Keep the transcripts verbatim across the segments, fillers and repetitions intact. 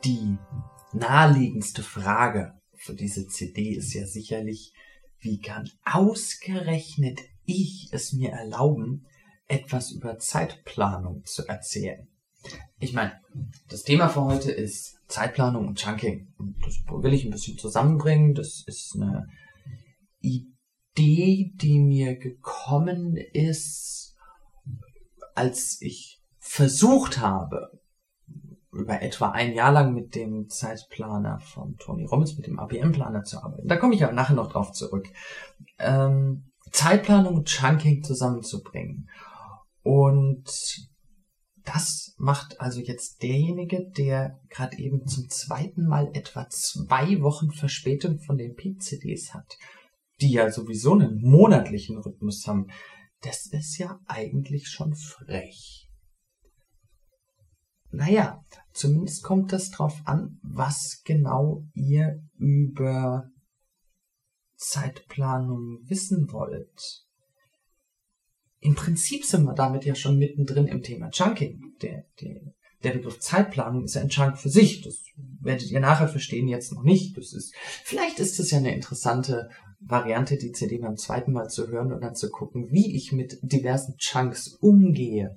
Die naheliegendste Frage für diese C D ist ja sicherlich, wie kann ausgerechnet ich es mir erlauben, etwas über Zeitplanung zu erzählen? Ich meine, das Thema für heute ist Zeitplanung und Chunking. Und das will ich ein bisschen zusammenbringen. Das ist eine Idee, die mir gekommen ist, als ich versucht habe, über etwa ein Jahr lang mit dem Zeitplaner von Tony Robbins, mit dem A P M-Planer zu arbeiten. Da komme ich aber nachher noch drauf zurück. Ähm, Zeitplanung und Chunking zusammenzubringen. Und das macht also jetzt derjenige, der gerade eben zum zweiten Mal etwa zwei Wochen Verspätung von den Peak-C Ds hat, die ja sowieso einen monatlichen Rhythmus haben. Das ist ja eigentlich schon frech. Naja, zumindest kommt das drauf an, was genau ihr über Zeitplanung wissen wollt. Im Prinzip sind wir damit ja schon mittendrin im Thema Chunking. Der, der, der Begriff Zeitplanung ist ja ein Chunk für sich. Das werdet ihr nachher verstehen, jetzt noch nicht. Das ist, vielleicht ist es ja eine interessante Variante, die C D beim zweiten Mal zu hören und dann zu gucken, wie ich mit diversen Chunks umgehe.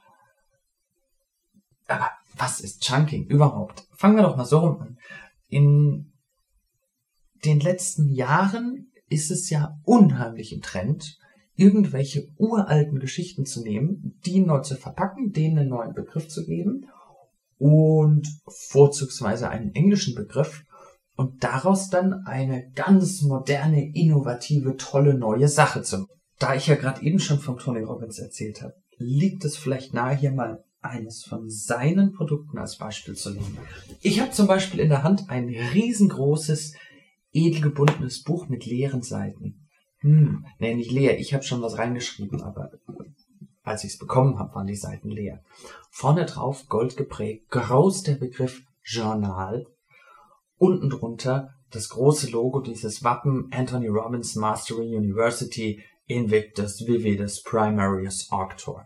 Aber was ist Chunking überhaupt? Fangen wir doch mal so rum an. In den letzten Jahren ist es ja unheimlich im Trend, irgendwelche uralten Geschichten zu nehmen, die neu zu verpacken, denen einen neuen Begriff zu geben und vorzugsweise einen englischen Begriff und daraus dann eine ganz moderne, innovative, tolle neue Sache zu machen. Da ich ja gerade eben schon von Tony Robbins erzählt habe, liegt es vielleicht nahe, hier mal eines von seinen Produkten als Beispiel zu nehmen. Ich habe zum Beispiel in der Hand ein riesengroßes, edelgebundenes Buch mit leeren Seiten. Hm, nee, nicht leer, ich habe schon was reingeschrieben, aber als ich es bekommen habe, waren die Seiten leer. Vorne drauf, gold geprägt, groß der Begriff Journal. Unten drunter das große Logo, dieses Wappen, Anthony Robbins Mastery University, Invictus Vividus Primarius Arctor.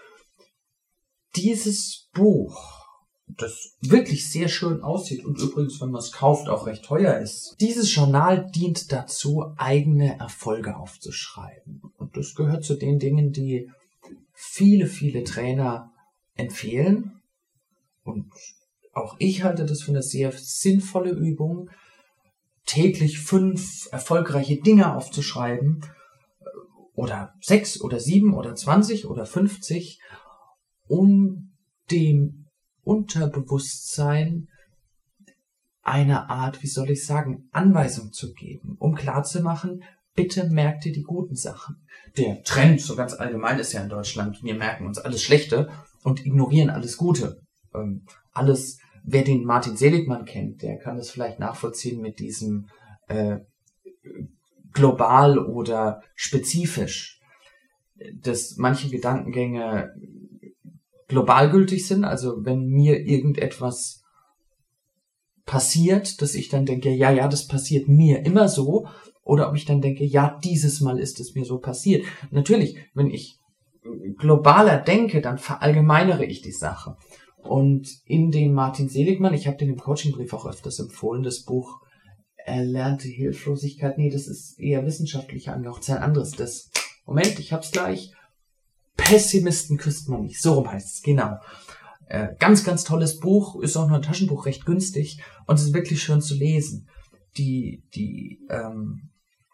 Dieses Buch, das wirklich sehr schön aussieht und übrigens, wenn man es kauft, auch recht teuer ist. Dieses Journal dient dazu, eigene Erfolge aufzuschreiben. Und das gehört zu den Dingen, die viele, viele Trainer empfehlen. Und auch ich halte das für eine sehr sinnvolle Übung, täglich fünf erfolgreiche Dinge aufzuschreiben. Oder sechs oder sieben oder zwanzig oder fünfzig, um dem Unterbewusstsein eine Art, wie soll ich sagen, Anweisung zu geben, um klarzumachen, bitte merkt ihr die guten Sachen. Der Trend, so ganz allgemein ist ja in Deutschland, wir merken uns alles Schlechte und ignorieren alles Gute. Ähm, alles, wer den Martin Seligmann kennt, der kann das vielleicht nachvollziehen mit diesem äh, global oder spezifisch, dass manche Gedankengänge global gültig sind, also wenn mir irgendetwas passiert, dass ich dann denke, ja, ja, das passiert mir immer so, oder ob ich dann denke, ja, dieses Mal ist es mir so passiert. Natürlich, wenn ich globaler denke, dann verallgemeinere ich die Sache. Und in dem Martin Seligmann, ich habe den im Coachingbrief auch öfters empfohlen, das Buch Erlernte Hilflosigkeit, nee, das ist eher wissenschaftlich angehaucht, das ist ein anderes, das, Moment, ich hab's gleich, Pessimisten küsst man nicht, so rum heißt es, genau. Äh, ganz, ganz tolles Buch, ist auch nur ein Taschenbuch, recht günstig und es ist wirklich schön zu lesen. Die, die, ähm,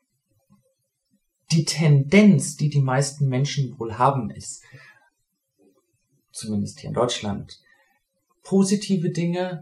die Tendenz, die die meisten Menschen wohl haben, ist, zumindest hier in Deutschland, positive Dinge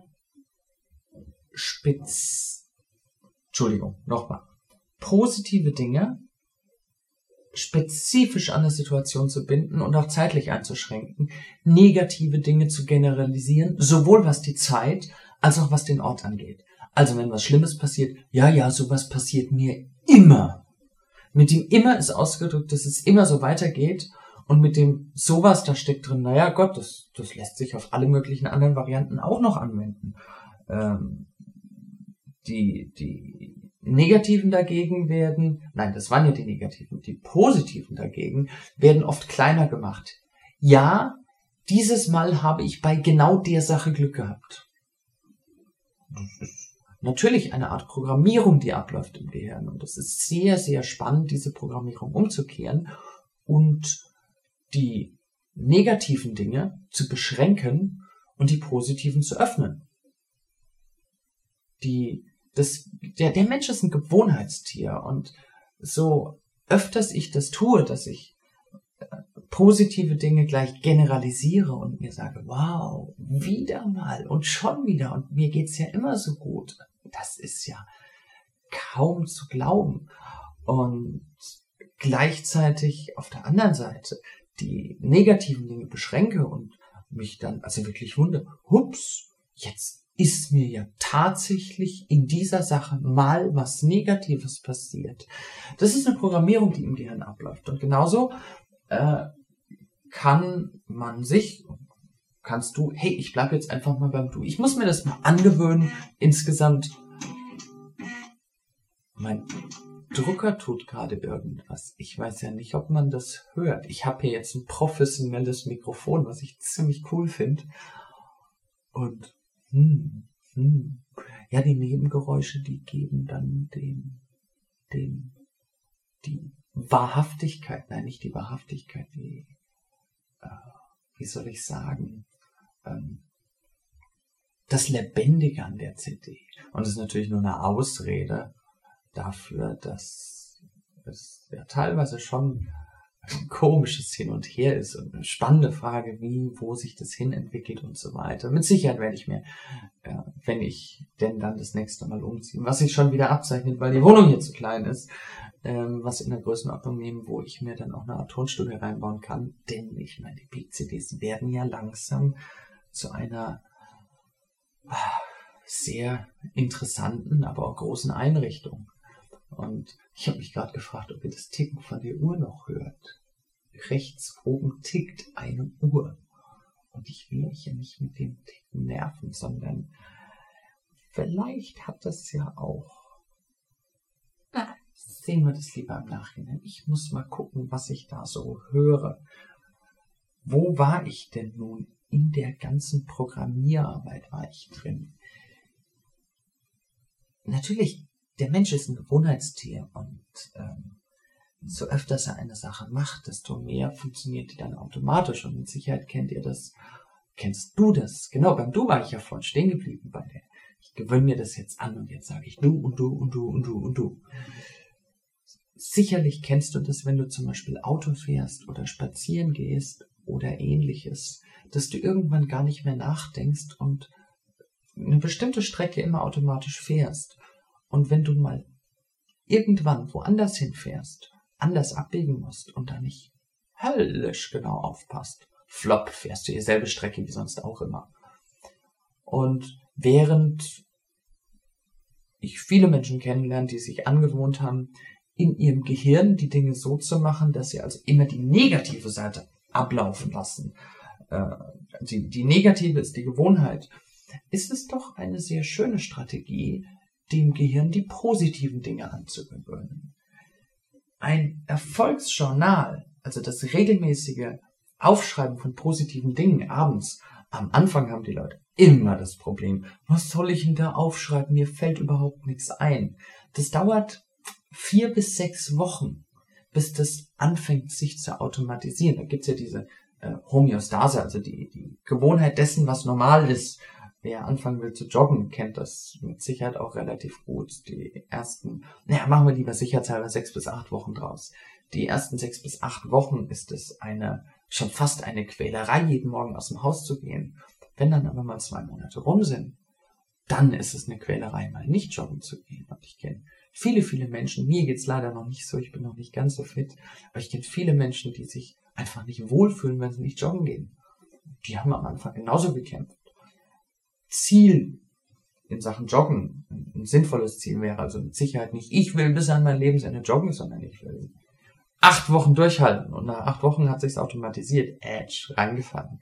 spitz, Entschuldigung, nochmal, positive Dinge spezifisch an eine Situation zu binden und auch zeitlich einzuschränken, negative Dinge zu generalisieren, sowohl was die Zeit als auch was den Ort angeht. Also wenn was Schlimmes passiert, ja, ja, sowas passiert mir immer. Mit dem immer ist ausgedrückt, dass es immer so weitergeht und mit dem sowas, da steckt drin, naja Gott, das, das lässt sich auf alle möglichen anderen Varianten auch noch anwenden. Ähm, die, die Negativen dagegen werden, nein, das waren ja die Negativen, die Positiven dagegen werden oft kleiner gemacht. Ja, dieses Mal habe ich bei genau der Sache Glück gehabt. das ist natürlich eine Art Programmierung, die abläuft im Gehirn. Und es ist sehr, sehr spannend, diese Programmierung umzukehren und die negativen Dinge zu beschränken und die positiven zu öffnen. Die, das, der, der Mensch ist ein Gewohnheitstier und so öfters ich das tue, dass ich positive Dinge gleich generalisiere und mir sage, wow, wieder mal und schon wieder und mir geht's ja immer so gut. Das ist ja kaum zu glauben. Und gleichzeitig auf der anderen Seite die negativen Dinge beschränke und mich dann also wirklich wundere, hups, jetzt ist mir ja tatsächlich in dieser Sache mal was Negatives passiert. Das ist eine Programmierung, die im Gehirn abläuft. Und genauso äh, kann man sich, kannst du, hey, ich bleib jetzt einfach mal beim Du. Ich muss mir das mal angewöhnen, insgesamt. Mein Drucker tut gerade irgendwas. Ich weiß ja nicht, ob man das hört. Ich habe hier jetzt ein professionelles Mikrofon, was ich ziemlich cool finde. Und hm, hm. ja, die Nebengeräusche, die geben dann dem, dem, die Wahrhaftigkeit, nein, nicht die Wahrhaftigkeit, die, äh, wie soll ich sagen, ähm, das Lebendige an der C D. Und es ist natürlich nur eine Ausrede dafür, dass es ja teilweise schon ein komisches Hin und Her ist und eine spannende Frage, wie, wo sich das hin entwickelt und so weiter. Mit Sicherheit werde ich mir, äh, wenn ich denn dann das nächste Mal umziehen, was sich schon wieder abzeichnet, weil die Wohnung hier zu klein ist, ähm, was in der Größenordnung nehmen, wo ich mir dann auch eine Art Tonstudio reinbauen kann. Denn ich meine, die Peak C Ds werden ja langsam zu einer sehr interessanten, aber auch großen Einrichtung. Und ich habe mich gerade gefragt, ob ihr das Ticken von der Uhr noch hört. Rechts oben tickt eine Uhr. Und ich will euch ja nicht mit dem Ticken nerven, sondern vielleicht hat das ja auch... Na, sehen wir das lieber im Nachhinein. Ich muss mal gucken, was ich da so höre. Wo war ich denn nun? In der ganzen Programmierarbeit war ich drin. Natürlich, der Mensch ist ein Gewohnheitstier und ähm, so öfters er eine Sache macht, desto mehr funktioniert die dann automatisch. Und mit Sicherheit kennt ihr das, kennst du das. Genau, beim Du war ich ja vorhin stehen geblieben bei der. Ich gewöhne mir das jetzt an und jetzt sage ich du und du und du und du und du. Sicherlich kennst du das, wenn du zum Beispiel Auto fährst oder spazieren gehst oder ähnliches, dass du irgendwann gar nicht mehr nachdenkst und eine bestimmte Strecke immer automatisch fährst. Und wenn du mal irgendwann woanders hinfährst, anders abbiegen musst und da nicht höllisch genau aufpasst, flop, fährst du dieselbe Strecke wie sonst auch immer. Und während ich viele Menschen kennenlerne, die sich angewohnt haben, in ihrem Gehirn die Dinge so zu machen, dass sie also immer die negative Seite ablaufen lassen. Äh, die, die negative ist die Gewohnheit. Ist es doch eine sehr schöne Strategie, dem Gehirn die positiven Dinge anzugewöhnen. Ein Erfolgsjournal, also das regelmäßige Aufschreiben von positiven Dingen abends, am Anfang haben die Leute immer das Problem, was soll ich denn da aufschreiben, mir fällt überhaupt nichts ein. Das dauert vier bis sechs Wochen, bis das anfängt sich zu automatisieren. Da gibt's ja diese äh, Homöostase, also die, die Gewohnheit dessen, was normal ist. Wer anfangen will zu joggen, kennt das mit Sicherheit auch relativ gut. Die ersten, naja, machen wir lieber sicherheitshalber sechs bis acht Wochen draus. Die ersten sechs bis acht Wochen ist es eine, schon fast eine Quälerei, jeden Morgen aus dem Haus zu gehen. Wenn dann aber mal zwei Monate rum sind, dann ist es eine Quälerei, mal nicht joggen zu gehen. Und ich kenne viele, viele Menschen, mir geht's leider noch nicht so, ich bin noch nicht ganz so fit, aber ich kenne viele Menschen, die sich einfach nicht wohlfühlen, wenn sie nicht joggen gehen. Die haben am Anfang genauso gekämpft. Ziel in Sachen Joggen, ein sinnvolles Ziel wäre also mit Sicherheit nicht, ich will bis an mein Lebensende joggen, sondern ich will acht Wochen durchhalten. Und nach acht Wochen hat sich's automatisiert, Edge, reingefallen.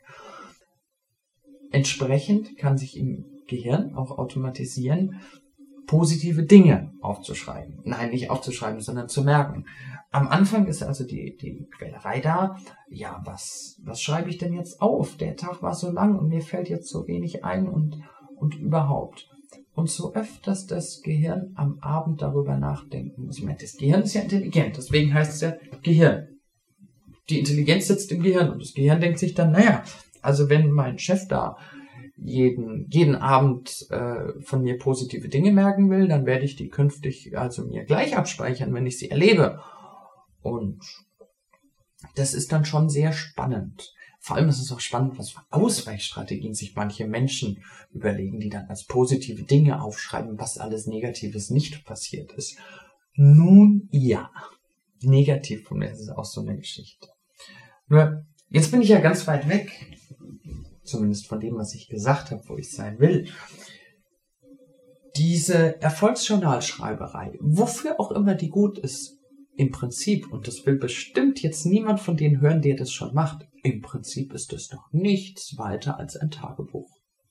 Entsprechend kann sich im Gehirn auch automatisieren, positive Dinge aufzuschreiben. Nein, nicht aufzuschreiben, sondern zu merken. Am Anfang ist also die, die Quälerei da. Ja, was, was schreibe ich denn jetzt auf? Der Tag war so lang und mir fällt jetzt so wenig ein und, und überhaupt. Und so öfters das Gehirn am Abend darüber nachdenken muss. Ich meine, das Gehirn ist ja intelligent, deswegen heißt es ja Gehirn. Die Intelligenz sitzt im Gehirn und das Gehirn denkt sich dann, naja, also wenn mein Chef da jeden, jeden Abend äh, von mir positive Dinge merken will, dann werde ich die künftig also mir gleich abspeichern, wenn ich sie erlebe. Und das ist dann schon sehr spannend. Vor allem ist es auch spannend, was für Ausweichstrategien sich manche Menschen überlegen, die dann als positive Dinge aufschreiben, was alles Negatives nicht passiert ist. Nun ja, negativ von mir ist es auch so eine Geschichte. Nur, jetzt bin ich ja ganz weit weg, zumindest von dem, was ich gesagt habe, wo ich sein will. Diese Erfolgsjournalschreiberei, wofür auch immer die gut ist, im Prinzip, und das will bestimmt jetzt niemand von denen hören, der das schon macht, im Prinzip ist es doch nichts weiter als ein Tagebuch.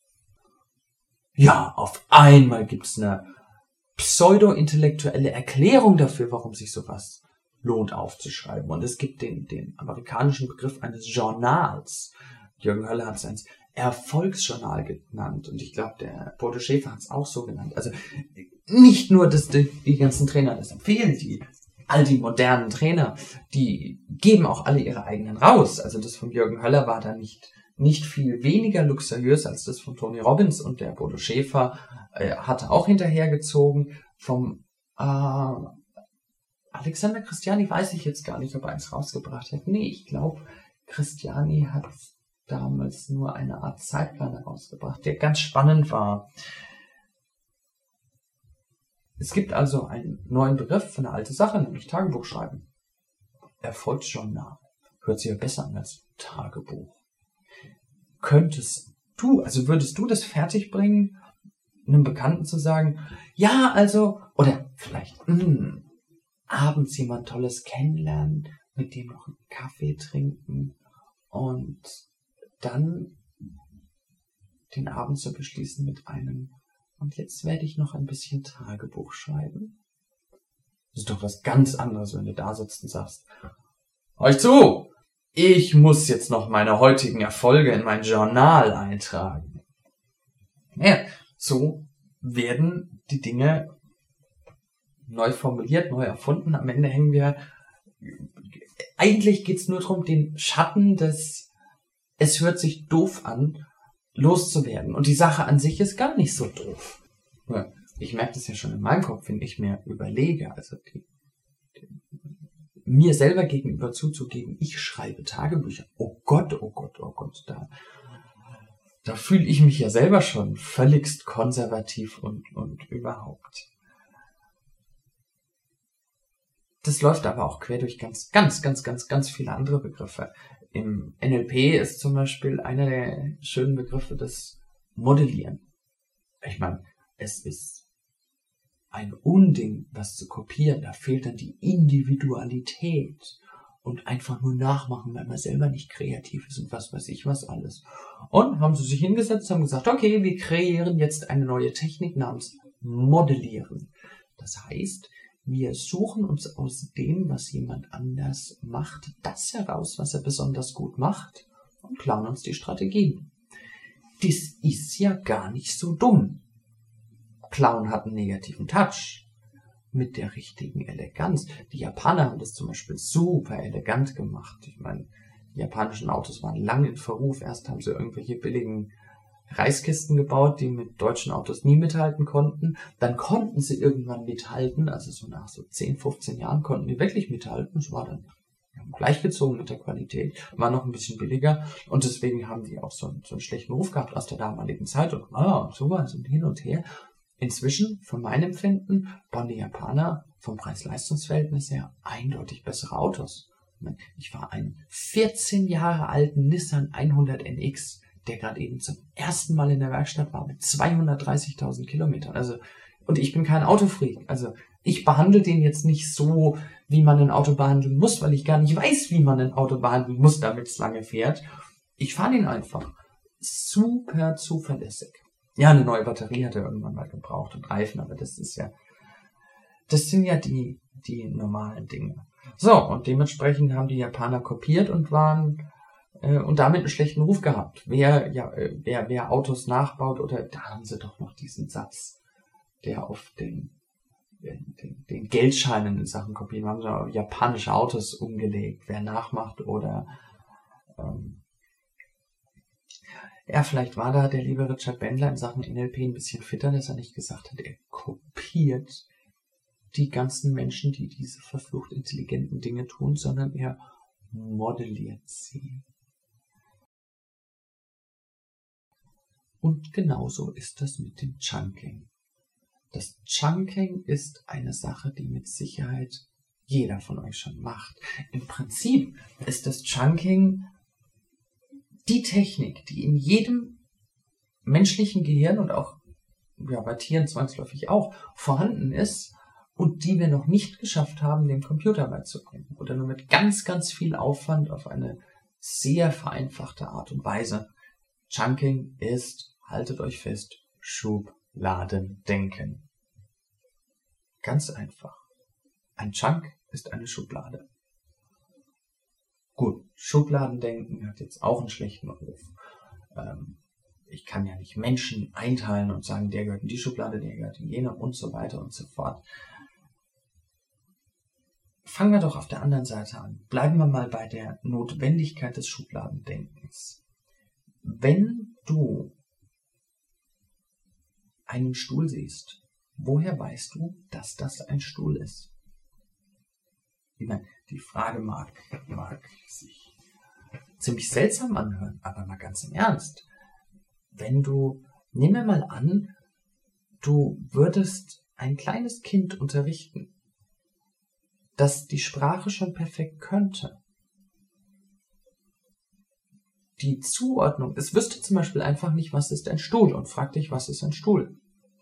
Ja, auf einmal gibt's eine pseudo-intellektuelle Erklärung dafür, warum sich sowas lohnt aufzuschreiben. Und es gibt den, den amerikanischen Begriff eines Journals. Jürgen Höller hat es ein Erfolgsjournal genannt. Und ich glaube, der Bodo Schäfer hat es auch so genannt. Also nicht nur, dass die, die ganzen Trainer das empfehlen, die all die modernen Trainer, die geben auch alle ihre eigenen raus. Also das von Jürgen Höller war da nicht, nicht viel weniger luxuriös als das von Tony Robbins, und der Bodo Schäfer äh, hatte auch hinterhergezogen. Vom äh, Alexander Christiani weiß ich jetzt gar nicht, ob er eins rausgebracht hat. Nee, ich glaube, Christiani hat damals nur eine Art Zeitplan herausgebracht, der ganz spannend war. Es gibt also einen neuen Begriff für eine alte Sache, nämlich Tagebuch schreiben. Erfolgsjournal. Hört sich ja besser an als Tagebuch. Könntest du, also würdest du das fertigbringen, einem Bekannten zu sagen, ja, also, oder vielleicht mh, abends jemand Tolles kennenlernen, mit dem noch einen Kaffee trinken und dann den Abend zu beschließen mit einem: Und jetzt werde ich noch ein bisschen Tagebuch schreiben. Das ist doch was ganz anderes, wenn du da sitzt und sagst: Euch zu! Ich muss jetzt noch meine heutigen Erfolge in mein Journal eintragen. Ja, so werden die Dinge neu formuliert, neu erfunden. Am Ende hängen wir... Eigentlich geht's nur darum, den Schatten des "Es hört sich doof an" loszuwerden. Und die Sache an sich ist gar nicht so doof. Ich merke das ja schon in meinem Kopf, wenn ich mir überlege, also die, die, mir selber gegenüber zuzugeben, ich schreibe Tagebücher. Oh Gott, oh Gott, oh Gott, da, da fühle ich mich ja selber schon völligst konservativ und, und überhaupt. Das läuft aber auch quer durch ganz, ganz, ganz, ganz, ganz viele andere Begriffe. Im N L P ist zum Beispiel einer der schönen Begriffe das Modellieren. Ich meine, es ist ein Unding, was zu kopieren. Da fehlt dann die Individualität und einfach nur nachmachen, weil man selber nicht kreativ ist und was weiß ich was alles. Und haben sie sich hingesetzt und haben gesagt, okay, wir kreieren jetzt eine neue Technik namens Modellieren. Das heißt, wir suchen uns aus dem, was jemand anders macht, das heraus, was er besonders gut macht, und klauen uns die Strategien. Das ist ja gar nicht so dumm. Klauen hat einen negativen Touch. Mit der richtigen Eleganz. Die Japaner haben das zum Beispiel super elegant gemacht. Ich meine, die japanischen Autos waren lange in Verruf. Erst haben sie irgendwelche billigen Reiskisten gebaut, die mit deutschen Autos nie mithalten konnten. Dann konnten sie irgendwann mithalten, also so nach so zehn, fünfzehn Jahren konnten die wirklich mithalten. Es war dann gleichgezogen mit der Qualität, war noch ein bisschen billiger, und deswegen haben die auch so einen, so einen schlechten Ruf gehabt aus der damaligen Zeit und ah, sowas und hin und her. Inzwischen, von meinem Empfinden, bauen die Japaner vom Preis-Leistungs-Verhältnis her eindeutig bessere Autos. Ich fahre einen vierzehn Jahre alten Nissan hundert N X, der gerade eben zum ersten Mal in der Werkstatt war, mit zweihundertdreißigtausend Kilometern. Also, und ich bin kein Autofreak. Also, ich behandle den jetzt nicht so, wie man ein Auto behandeln muss, weil ich gar nicht weiß, wie man ein Auto behandeln muss, damit es lange fährt. Ich fahre den einfach. Super zuverlässig. Ja, eine neue Batterie hat er irgendwann mal gebraucht und Reifen, aber das ist ja, das sind ja die, die normalen Dinge. So, und dementsprechend haben die Japaner kopiert und waren und damit einen schlechten Ruf gehabt. Wer, ja, wer, wer Autos nachbaut, oder da haben sie doch noch diesen Satz. der auf den, den, den Geldscheinen in Sachen Kopien, wir haben so japanische Autos umgelegt, wer nachmacht oder ähm, ja, vielleicht war da der liebe Richard Bendler in Sachen N L P ein bisschen fitter, dass er nicht gesagt hat, er kopiert die ganzen Menschen, die diese verflucht intelligenten Dinge tun, sondern er modelliert sie. Und genauso ist das mit dem Chunking. Das Chunking ist eine Sache, die mit Sicherheit jeder von euch schon macht. Im Prinzip ist das Chunking die Technik, die in jedem menschlichen Gehirn und auch ja, bei Tieren zwangsläufig auch vorhanden ist und die wir noch nicht geschafft haben, dem Computer beizubringen. Oder nur mit ganz, ganz viel Aufwand auf eine sehr vereinfachte Art und Weise. Chunking ist, haltet euch fest, Schubladendenken. Ganz einfach. Ein Chunk ist eine Schublade. Gut, Schubladendenken hat jetzt auch einen schlechten Ruf. Ähm, ich kann ja nicht Menschen einteilen und sagen, der gehört in die Schublade, der gehört in jene und so weiter und so fort. Fangen wir doch auf der anderen Seite an. Bleiben wir mal bei der Notwendigkeit des Schubladendenkens. Wenn du einen Stuhl siehst, woher weißt du, dass das ein Stuhl ist? Ich meine, die Frage mag, mag sich ziemlich seltsam anhören, aber mal ganz im Ernst. Wenn du, nehmen wir mal an, du würdest ein kleines Kind unterrichten, das die Sprache schon perfekt könnte. Die Zuordnung, es wüsste zum Beispiel einfach nicht, was ist ein Stuhl und fragt dich, was ist ein Stuhl?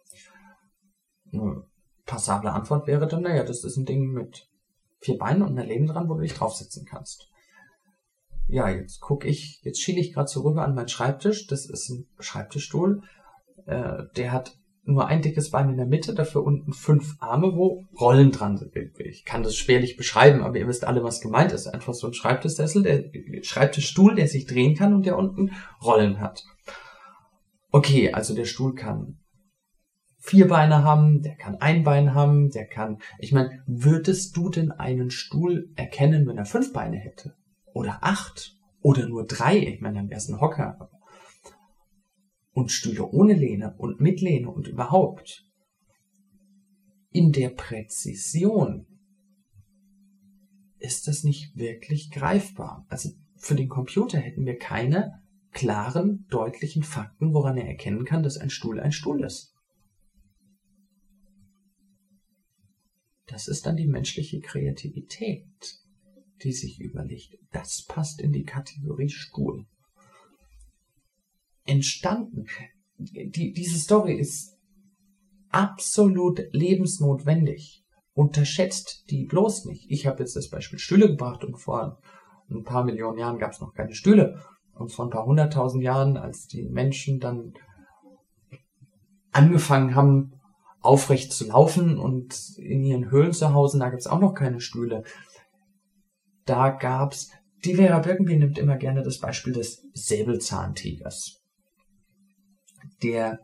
Eine passable Antwort wäre dann, naja, das ist ein Ding mit vier Beinen und einer Lehne dran, wo du dich draufsetzen kannst. Ja, jetzt gucke ich, jetzt schiele ich gerade so rüber an meinen Schreibtisch. Das ist ein Schreibtischstuhl. Äh, der hat nur ein dickes Bein in der Mitte, dafür unten fünf Arme, wo Rollen dran sind. Ich kann das schwerlich beschreiben, aber ihr wisst alle, was gemeint ist. Einfach so ein Schreibtischsessel, der Schreibtischstuhl, der sich drehen kann und der unten Rollen hat. Okay, also der Stuhl kann vier Beine haben, der kann ein Bein haben, der kann, ich meine, würdest du denn einen Stuhl erkennen, wenn er fünf Beine hätte? Oder acht? Oder nur drei? Ich meine, dann wäre es ein Hocker. Und Stühle ohne Lehne und mit Lehne und überhaupt. In der Präzision ist das nicht wirklich greifbar. Also für den Computer hätten wir keine klaren, deutlichen Fakten, woran er erkennen kann, dass ein Stuhl ein Stuhl ist. Das ist dann die menschliche Kreativität, die sich überlegt. Das passt in die Kategorie Stuhl. Entstanden. Die, diese Story ist absolut lebensnotwendig. Unterschätzt die bloß nicht. Ich habe jetzt das Beispiel Stühle gebracht und vor ein paar Millionen Jahren gab es noch keine Stühle. Und vor ein paar hunderttausend Jahren, als die Menschen dann angefangen haben, aufrecht zu laufen und in ihren Höhlen zu Hause, da gibt es auch noch keine Stühle. Da gab's, die Vera Birkenbiel nimmt immer gerne das Beispiel des Säbelzahntigers. Der,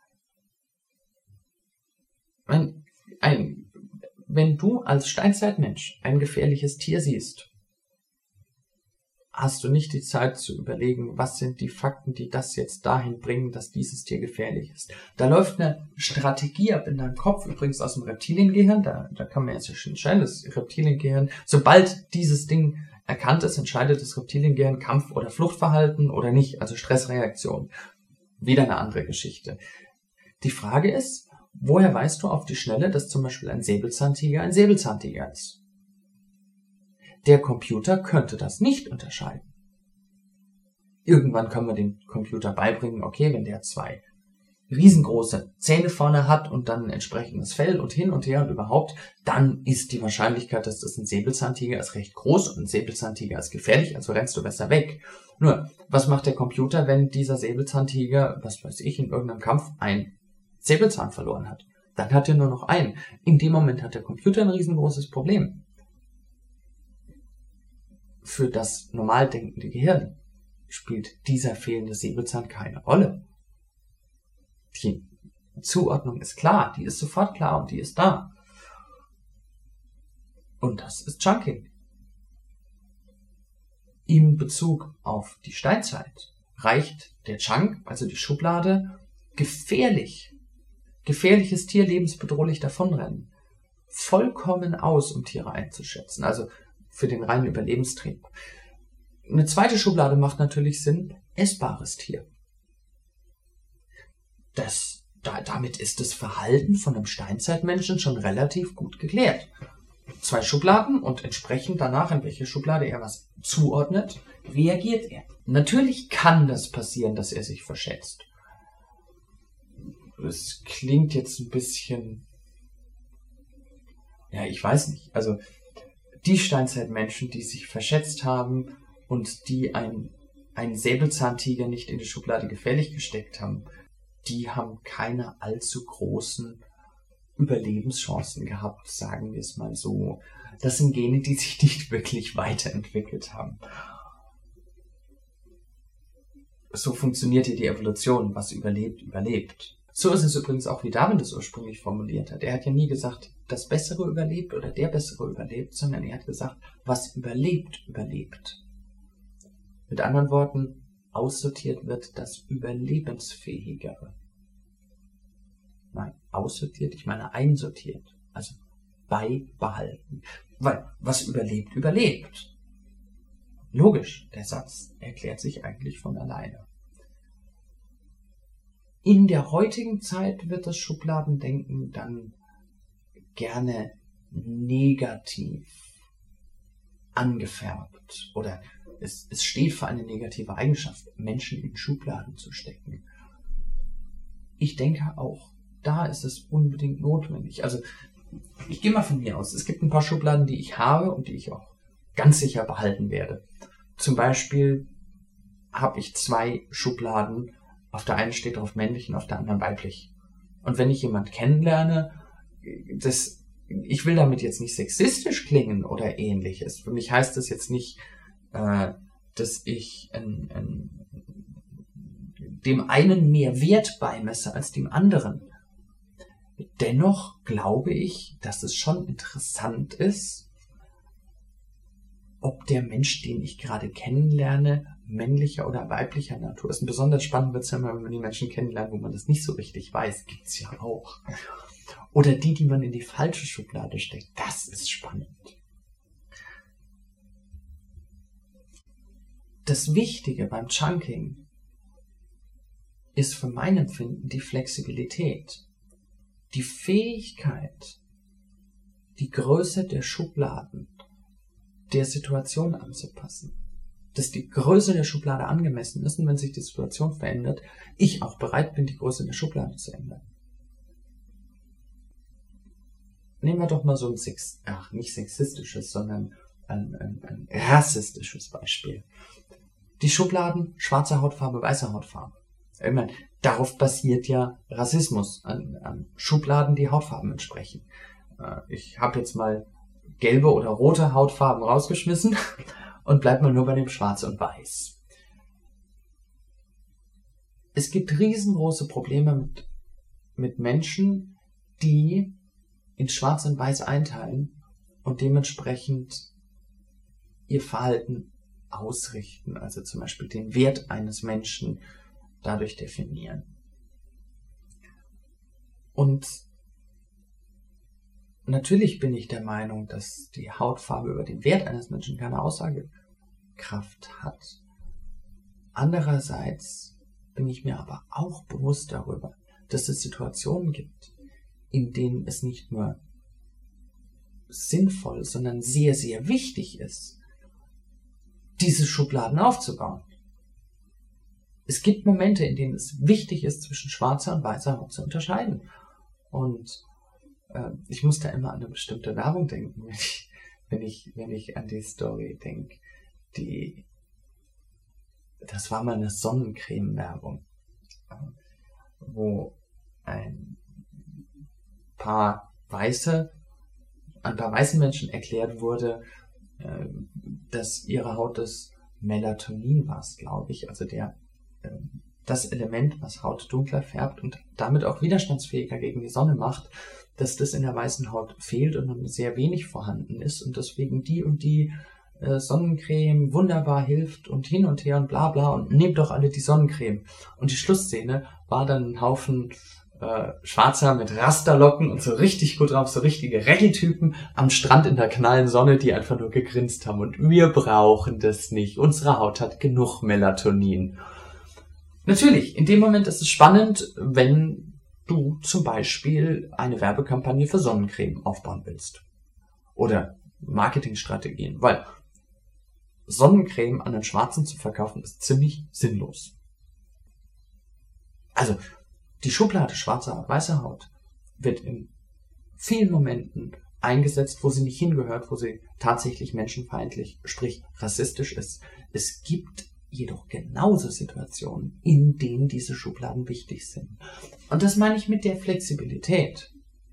ein, ein, wenn du als Steinzeitmensch ein gefährliches Tier siehst, hast du nicht die Zeit zu überlegen, was sind die Fakten, die das jetzt dahin bringen, dass dieses Tier gefährlich ist. Da läuft eine Strategie ab in deinem Kopf, übrigens aus dem Reptiliengehirn, da, da kann man jetzt schon entscheiden, das Reptiliengehirn, sobald dieses Ding erkannt ist, entscheidet das Reptiliengehirn Kampf- oder Fluchtverhalten oder nicht, also Stressreaktion. Wieder eine andere Geschichte. Die Frage ist, woher weißt du auf die Schnelle, dass zum Beispiel ein Säbelzahntiger ein Säbelzahntiger ist? Der Computer könnte das nicht unterscheiden. Irgendwann können wir dem Computer beibringen, okay, wenn der zwei riesengroße Zähne vorne hat und dann ein entsprechendes Fell und hin und her und überhaupt, dann ist die Wahrscheinlichkeit, dass das ein Säbelzahntiger ist, recht groß und ein Säbelzahntiger ist gefährlich, also rennst du besser weg. Nur, was macht der Computer, wenn dieser Säbelzahntiger, was weiß ich, in irgendeinem Kampf einen Säbelzahn verloren hat? Dann hat er nur noch einen. In dem Moment hat der Computer ein riesengroßes Problem. Für das normal denkende Gehirn spielt dieser fehlende Säbelzahn keine Rolle. Die Zuordnung ist klar, die ist sofort klar und die ist da. Und das ist Chunking. In Bezug auf die Steinzeit reicht der Chunk, also die Schublade, gefährlich, gefährliches Tier lebensbedrohlich davonrennen, vollkommen aus, um Tiere einzuschätzen, also für den reinen Überlebenstrieb. Eine zweite Schublade macht natürlich Sinn, essbares Tier. Das, da, damit ist das Verhalten von einem Steinzeitmenschen schon relativ gut geklärt. Zwei Schubladen und entsprechend danach, in welche Schublade er was zuordnet, reagiert er. Natürlich kann das passieren, dass er sich verschätzt. Das klingt jetzt ein bisschen, ja, ich weiß nicht. Also die Steinzeitmenschen, die sich verschätzt haben und die ein, einen Säbelzahntiger nicht in die Schublade gefährlich gesteckt haben, die haben keine allzu großen Überlebenschancen gehabt, sagen wir es mal so. Das sind Gene, die sich nicht wirklich weiterentwickelt haben. So funktioniert hier die Evolution. Was überlebt, überlebt. So ist es übrigens auch, wie Darwin das ursprünglich formuliert hat. Er hat ja nie gesagt, das Bessere überlebt oder der Bessere überlebt, sondern er hat gesagt, was überlebt, überlebt. Mit anderen Worten, aussortiert wird das Überlebensfähigere. Nein, aussortiert, ich meine einsortiert. Also beibehalten. Weil was überlebt, überlebt. Logisch, der Satz erklärt sich eigentlich von alleine. In der heutigen Zeit wird das Schubladendenken dann gerne negativ angefärbt. Oder es, es steht für eine negative Eigenschaft, Menschen in Schubladen zu stecken. Ich denke auch, da ist es unbedingt notwendig. Also ich gehe mal von mir aus. Es gibt ein paar Schubladen, die ich habe und die ich auch ganz sicher behalten werde. Zum Beispiel habe ich zwei Schubladen. Auf der einen steht drauf männlich und auf der anderen weiblich. Und wenn ich jemanden kennenlerne, das, ich will damit jetzt nicht sexistisch klingen oder ähnliches. Für mich heißt das jetzt nicht, äh, dass ich ein, ein, dem einen mehr Wert beimesse als dem anderen. Dennoch glaube ich, dass es schon interessant ist, ob der Mensch, den ich gerade kennenlerne, männlicher oder weiblicher Natur ist. Und besonders spannend wird es ja immer, wenn man die Menschen kennenlernt, wo man das nicht so richtig weiß. Gibt's ja auch. Oder die, die man in die falsche Schublade steckt. Das ist spannend. Das Wichtige beim Chunking ist für mein Empfinden die Flexibilität. Die Fähigkeit, die Größe der Schubladen der Situation anzupassen. Dass die Größe der Schublade angemessen ist und wenn sich die Situation verändert, ich auch bereit bin, die Größe der Schublade zu ändern. Nehmen wir doch mal so ein Sex, ach, nicht sexistisches, sondern ein, ein, ein rassistisches Beispiel. Die Schubladen schwarze Hautfarbe, weiße Hautfarbe. Ich meine, darauf basiert ja Rassismus, an, an Schubladen, die Hautfarben entsprechen. Ich habe jetzt mal gelbe oder rote Hautfarben rausgeschmissen und bleib mal nur bei dem Schwarz und Weiß. Es gibt riesengroße Probleme mit, mit Menschen, die in Schwarz und Weiß einteilen und dementsprechend ihr Verhalten ausrichten, also zum Beispiel den Wert eines Menschen dadurch definieren. Und natürlich bin ich der Meinung, dass die Hautfarbe über den Wert eines Menschen keine Aussagekraft hat. Andererseits bin ich mir aber auch bewusst darüber, dass es Situationen gibt, in denen es nicht nur sinnvoll, sondern sehr, sehr wichtig ist, diese Schubladen aufzubauen. Es gibt Momente, in denen es wichtig ist, zwischen schwarzer und weißer Haut zu unterscheiden. Und äh, ich muss da immer an eine bestimmte Werbung denken, wenn ich, wenn ich, wenn ich an die Story denke. Die, das war mal eine Sonnencreme-Werbung, wo ein paar weiße, ein paar weißen Menschen erklärt wurde, äh, dass ihre Haut das Melatonin war, glaube ich, also der das Element, was Haut dunkler färbt und damit auch widerstandsfähiger gegen die Sonne macht, dass das in der weißen Haut fehlt und nur sehr wenig vorhanden ist und deswegen die und die äh, Sonnencreme wunderbar hilft und hin und her und bla bla und nehmt doch alle die Sonnencreme. Und die Schlussszene war dann ein Haufen äh, Schwarzer mit Rasterlocken und so richtig gut drauf, so richtige Reggae-Typen am Strand in der knallen Sonne, die einfach nur gegrinst haben und wir brauchen das nicht. Unsere Haut hat genug Melatonin. Natürlich, in dem Moment ist es spannend, wenn du zum Beispiel eine Werbekampagne für Sonnencreme aufbauen willst. Oder Marketingstrategien, weil Sonnencreme an den Schwarzen zu verkaufen ist ziemlich sinnlos. Also, die Schublade schwarze Haut, weiße Haut wird in vielen Momenten eingesetzt, wo sie nicht hingehört, wo sie tatsächlich menschenfeindlich, sprich rassistisch ist. Es gibt jedoch genauso Situationen, in denen diese Schubladen wichtig sind. Und das meine ich mit der Flexibilität.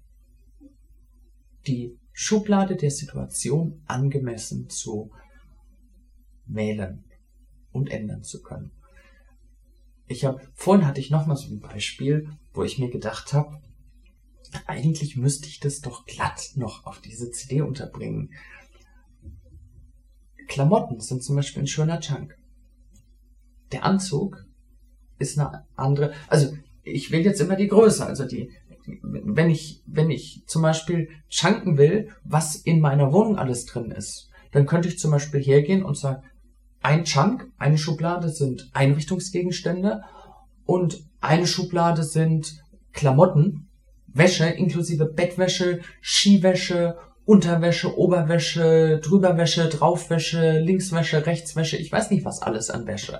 Die Schublade der Situation angemessen zu wählen und ändern zu können. Ich habe, vorhin hatte ich nochmal so ein Beispiel, wo ich mir gedacht habe, eigentlich müsste ich das doch glatt noch auf diese C D unterbringen. Klamotten sind zum Beispiel ein schöner Chunk. Der Anzug ist eine andere, also ich will jetzt immer die Größe, also die, wenn ich, wenn ich zum Beispiel chunken will, was in meiner Wohnung alles drin ist, dann könnte ich zum Beispiel hergehen und sagen, ein Chunk, eine Schublade sind Einrichtungsgegenstände und eine Schublade sind Klamotten, Wäsche inklusive Bettwäsche, Skiwäsche, Unterwäsche, Oberwäsche, Drüberwäsche, Draufwäsche, Linkswäsche, Rechtswäsche, ich weiß nicht was alles an Wäsche.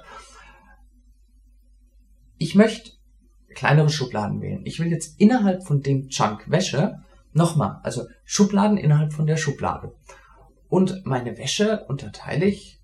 Ich möchte kleinere Schubladen wählen. Ich will jetzt innerhalb von dem Chunk Wäsche nochmal, also Schubladen innerhalb von der Schublade. Und meine Wäsche unterteile ich.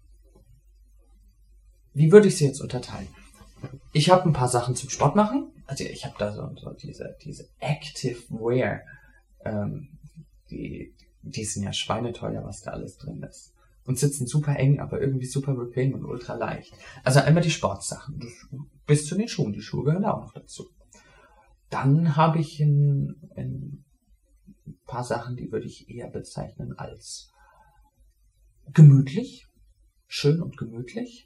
Wie würde ich sie jetzt unterteilen? Ich habe ein paar Sachen zum Sport machen. Also ich habe da so, so diese, diese Active Wear. Ähm, die, die sind ja schweineteuer, was da alles drin ist. Und sitzen super eng, aber irgendwie super bequem und ultra leicht. Also einmal die Sportsachen. Bis zu den Schuhen. Die Schuhe gehören auch noch dazu. Dann habe ich ein, ein paar Sachen, die würde ich eher bezeichnen als gemütlich. Schön und gemütlich.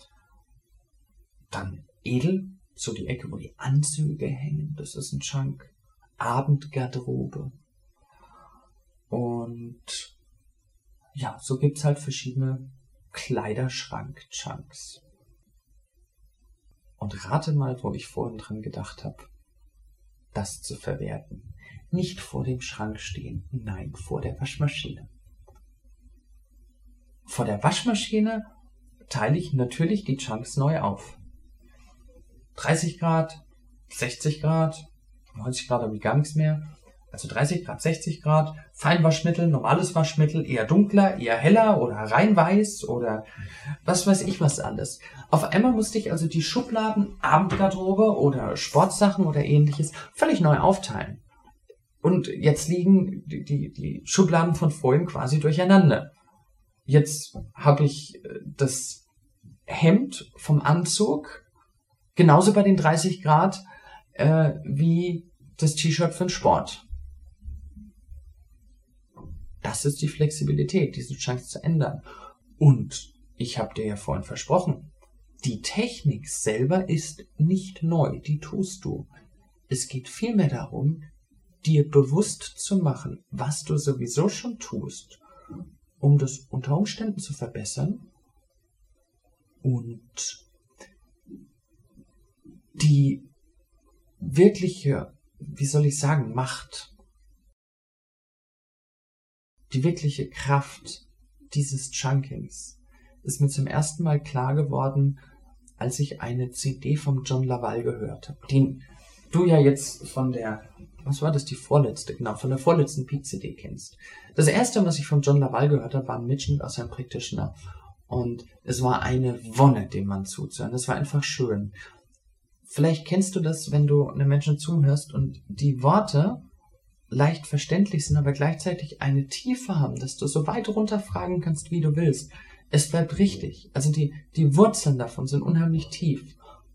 Dann edel, so die Ecke, wo die Anzüge hängen, das ist ein Chunk. Abendgarderobe. Und ja, so gibt's halt verschiedene Kleiderschrank-Chunks. Und rate mal, wo ich vorhin dran gedacht habe, das zu verwerten. Nicht vor dem Schrank stehen, nein, vor der Waschmaschine. Vor der Waschmaschine teile ich natürlich die Chunks neu auf. dreißig Grad, sechzig Grad, neunzig Grad habe ich gar nichts mehr. Also dreißig Grad, sechzig Grad, Feinwaschmittel, normales Waschmittel, eher dunkler, eher heller oder rein weiß oder was weiß ich was alles. Auf einmal musste ich also die Schubladen, Abendgarderobe oder Sportsachen oder ähnliches völlig neu aufteilen. Und jetzt liegen die, die, die Schubladen von vorhin quasi durcheinander. Jetzt habe ich das Hemd vom Anzug genauso bei den dreißig Grad äh, wie das T-Shirt für den Sport. Das ist die Flexibilität, diese Chance zu ändern. Und ich habe dir ja vorhin versprochen, die Technik selber ist nicht neu, die tust du. Es geht vielmehr darum, dir bewusst zu machen, was du sowieso schon tust, um das unter Umständen zu verbessern und die wirkliche, wie soll ich sagen, Macht, die wirkliche Kraft dieses Chunkings ist mir zum ersten Mal klar geworden, als ich eine C D vom John Laval gehört habe, den du ja jetzt von der, was war das, die vorletzte, genau, von der vorletzten Peak-C D kennst. Das erste, was ich von John Laval gehört habe, war ein Mitschnitt aus einem Practitioner. Und es war eine Wonne, dem Mann zuzuhören. Das war einfach schön. Vielleicht kennst du das, wenn du einem Menschen zuhörst und die Worte leicht verständlich sind, aber gleichzeitig eine Tiefe haben, dass du so weit runterfragen kannst, wie du willst. Es bleibt richtig. Also die, die Wurzeln davon sind unheimlich tief.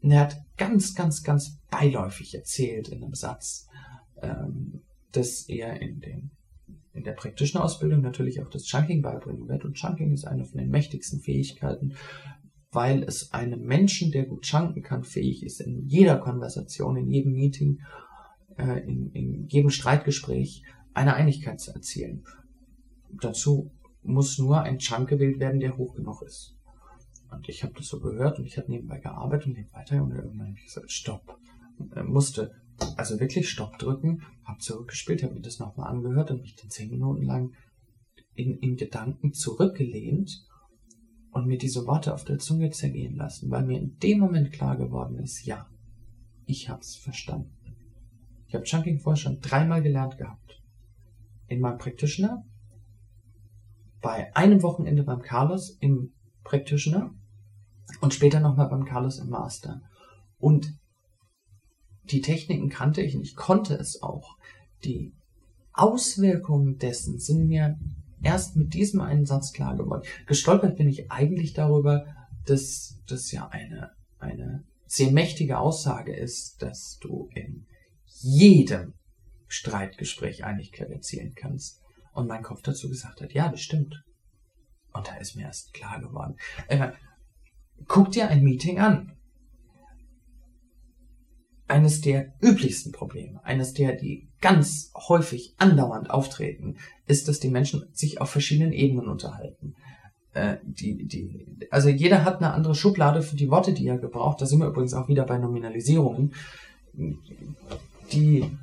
Und er hat ganz, ganz, ganz beiläufig erzählt in einem Satz, ähm, dass er in, den, in der praktischen Ausbildung natürlich auch das Chunking beibringen wird. Und Chunking ist eine von den mächtigsten Fähigkeiten, weil es einem Menschen, der gut chunken kann, fähig ist, in jeder Konversation, in jedem Meeting, äh, in, in jedem Streitgespräch eine Einigkeit zu erzielen. Dazu muss nur ein Chunk gewählt werden, der hoch genug ist. Und ich habe das so gehört und ich habe nebenbei gearbeitet und nebenbei weiter und irgendwann habe ich gesagt, stopp. Und, äh, musste also wirklich Stopp drücken, habe zurückgespielt, habe mir das nochmal angehört und mich dann zehn Minuten lang in, in Gedanken zurückgelehnt und mir diese Worte auf der Zunge zergehen lassen, weil mir in dem Moment klar geworden ist, ja, ich habe es verstanden. Ich habe Chunking vorher schon dreimal gelernt gehabt. In meinem Practitioner, bei einem Wochenende beim Carlos im Practitioner und später nochmal beim Carlos im Master. Und die Techniken kannte ich und ich konnte es auch. Die Auswirkungen dessen sind mir erst mit diesem einen Satz klar geworden. Gestolpert bin ich eigentlich darüber, dass das ja eine, eine sehr mächtige Aussage ist, dass du in jedem Streitgespräch Einigkeit erzielen kannst. Und mein Kopf dazu gesagt hat, ja, das stimmt. Und da ist mir erst klar geworden. Äh, guck dir ein Meeting an. Eines der üblichsten Probleme, eines der, die ganz häufig andauernd auftreten, ist, dass die Menschen sich auf verschiedenen Ebenen unterhalten. Äh, die, die, also jeder hat eine andere Schublade für die Worte, die er gebraucht. Da sind wir übrigens auch wieder bei Nominalisierungen. Die,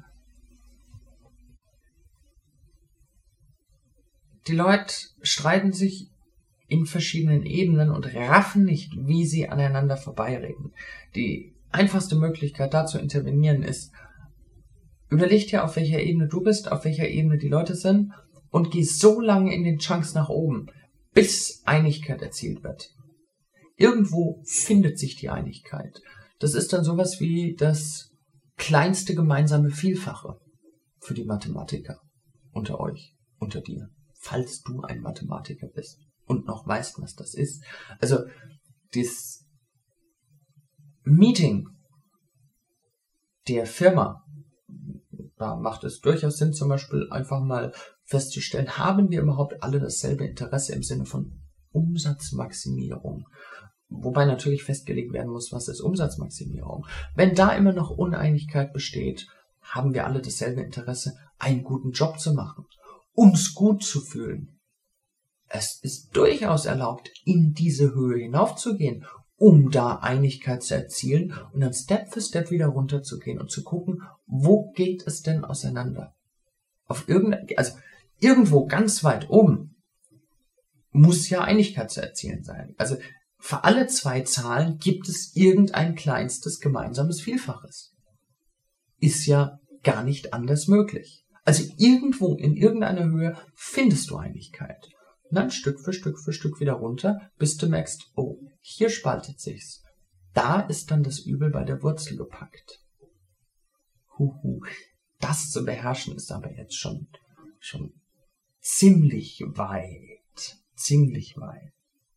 die Leute streiten sich in verschiedenen Ebenen und raffen nicht, wie sie aneinander vorbeireden. Die einfachste Möglichkeit, da zu intervenieren, ist, überleg dir, auf welcher Ebene du bist, auf welcher Ebene die Leute sind und geh so lange in den Chunks nach oben, bis Einigkeit erzielt wird. Irgendwo findet sich die Einigkeit. Das ist dann sowas wie das kleinste gemeinsame Vielfache für die Mathematiker unter euch, unter dir, falls du ein Mathematiker bist und noch weißt, was das ist. Also, das Meeting der Firma, da macht es durchaus Sinn, zum Beispiel einfach mal festzustellen, haben wir überhaupt alle dasselbe Interesse im Sinne von Umsatzmaximierung? Wobei natürlich festgelegt werden muss, was ist Umsatzmaximierung. Wenn da immer noch Uneinigkeit besteht, haben wir alle dasselbe Interesse, einen guten Job zu machen, uns gut zu fühlen. Es ist durchaus erlaubt, in diese Höhe hinaufzugehen, um da Einigkeit zu erzielen und dann Step für Step wieder runterzugehen und zu gucken, wo geht es denn auseinander? Auf irgendein, also irgendwo ganz weit oben muss ja Einigkeit zu erzielen sein. Also für alle zwei Zahlen gibt es irgendein kleinstes gemeinsames Vielfaches. Ist ja gar nicht anders möglich. Also irgendwo in irgendeiner Höhe findest du Einigkeit. Und dann Stück für Stück für Stück wieder runter, bis du merkst, oh, hier spaltet sich's. Da ist dann das Übel bei der Wurzel gepackt. Huhu. Das zu beherrschen ist aber jetzt schon, schon ziemlich weit. Ziemlich weit.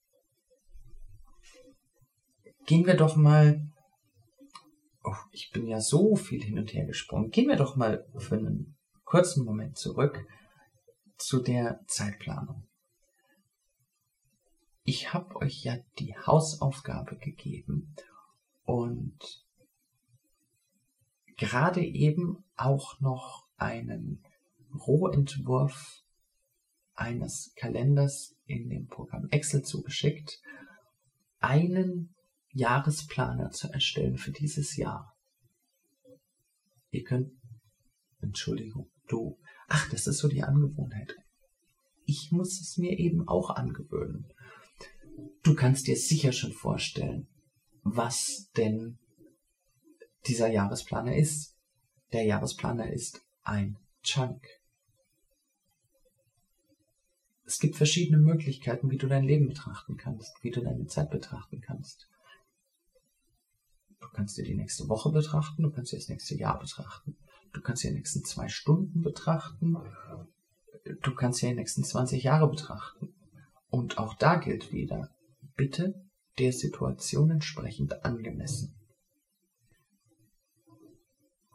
Gehen wir doch mal, oh, ich bin ja so viel hin und her gesprungen, gehen wir doch mal für einen kurzen Moment zurück zu der Zeitplanung. Ich habe euch ja die Hausaufgabe gegeben und gerade eben auch noch einen Rohentwurf eines Kalenders in dem Programm Excel zugeschickt, einen Jahresplaner zu erstellen für dieses Jahr. Ihr könnt, Entschuldigung, du, ach, das ist so die Angewohnheit. Ich muss es mir eben auch angewöhnen. Du kannst dir sicher schon vorstellen, was denn dieser Jahresplaner ist. Der Jahresplaner ist ein Chunk. Es gibt verschiedene Möglichkeiten, wie du dein Leben betrachten kannst, wie du deine Zeit betrachten kannst. Du kannst dir die nächste Woche betrachten, du kannst dir das nächste Jahr betrachten, du kannst dir die nächsten zwei Stunden betrachten, du kannst dir die nächsten zwanzig Jahre betrachten. Und auch da gilt wieder, bitte der Situation entsprechend angemessen.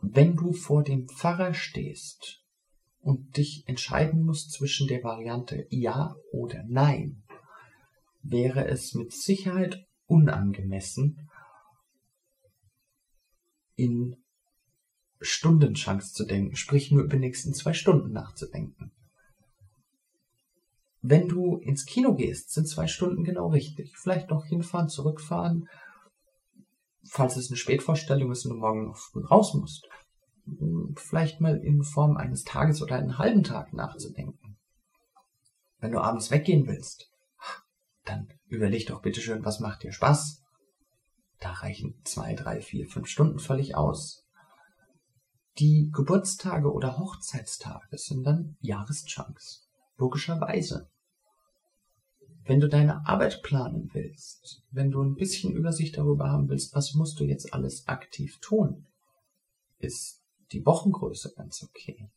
Wenn du vor dem Pfarrer stehst und dich entscheiden musst zwischen der Variante Ja oder Nein, wäre es mit Sicherheit unangemessen, in Stundenchunks zu denken, sprich nur über die nächsten zwei Stunden nachzudenken. Wenn du ins Kino gehst, sind zwei Stunden genau richtig. Vielleicht noch hinfahren, zurückfahren, falls es eine Spätvorstellung ist und du morgen noch früh raus musst. Vielleicht mal in Form eines Tages oder einen halben Tag nachzudenken. Wenn du abends weggehen willst, dann überleg doch bitte schön, was macht dir Spaß? Da reichen zwei, drei, vier, fünf Stunden völlig aus. Die Geburtstage oder Hochzeitstage sind dann Jahreschunks. Logischerweise. Wenn du deine Arbeit planen willst, wenn du ein bisschen Übersicht darüber haben willst, was musst du jetzt alles aktiv tun, ist die Wochengröße ganz okay.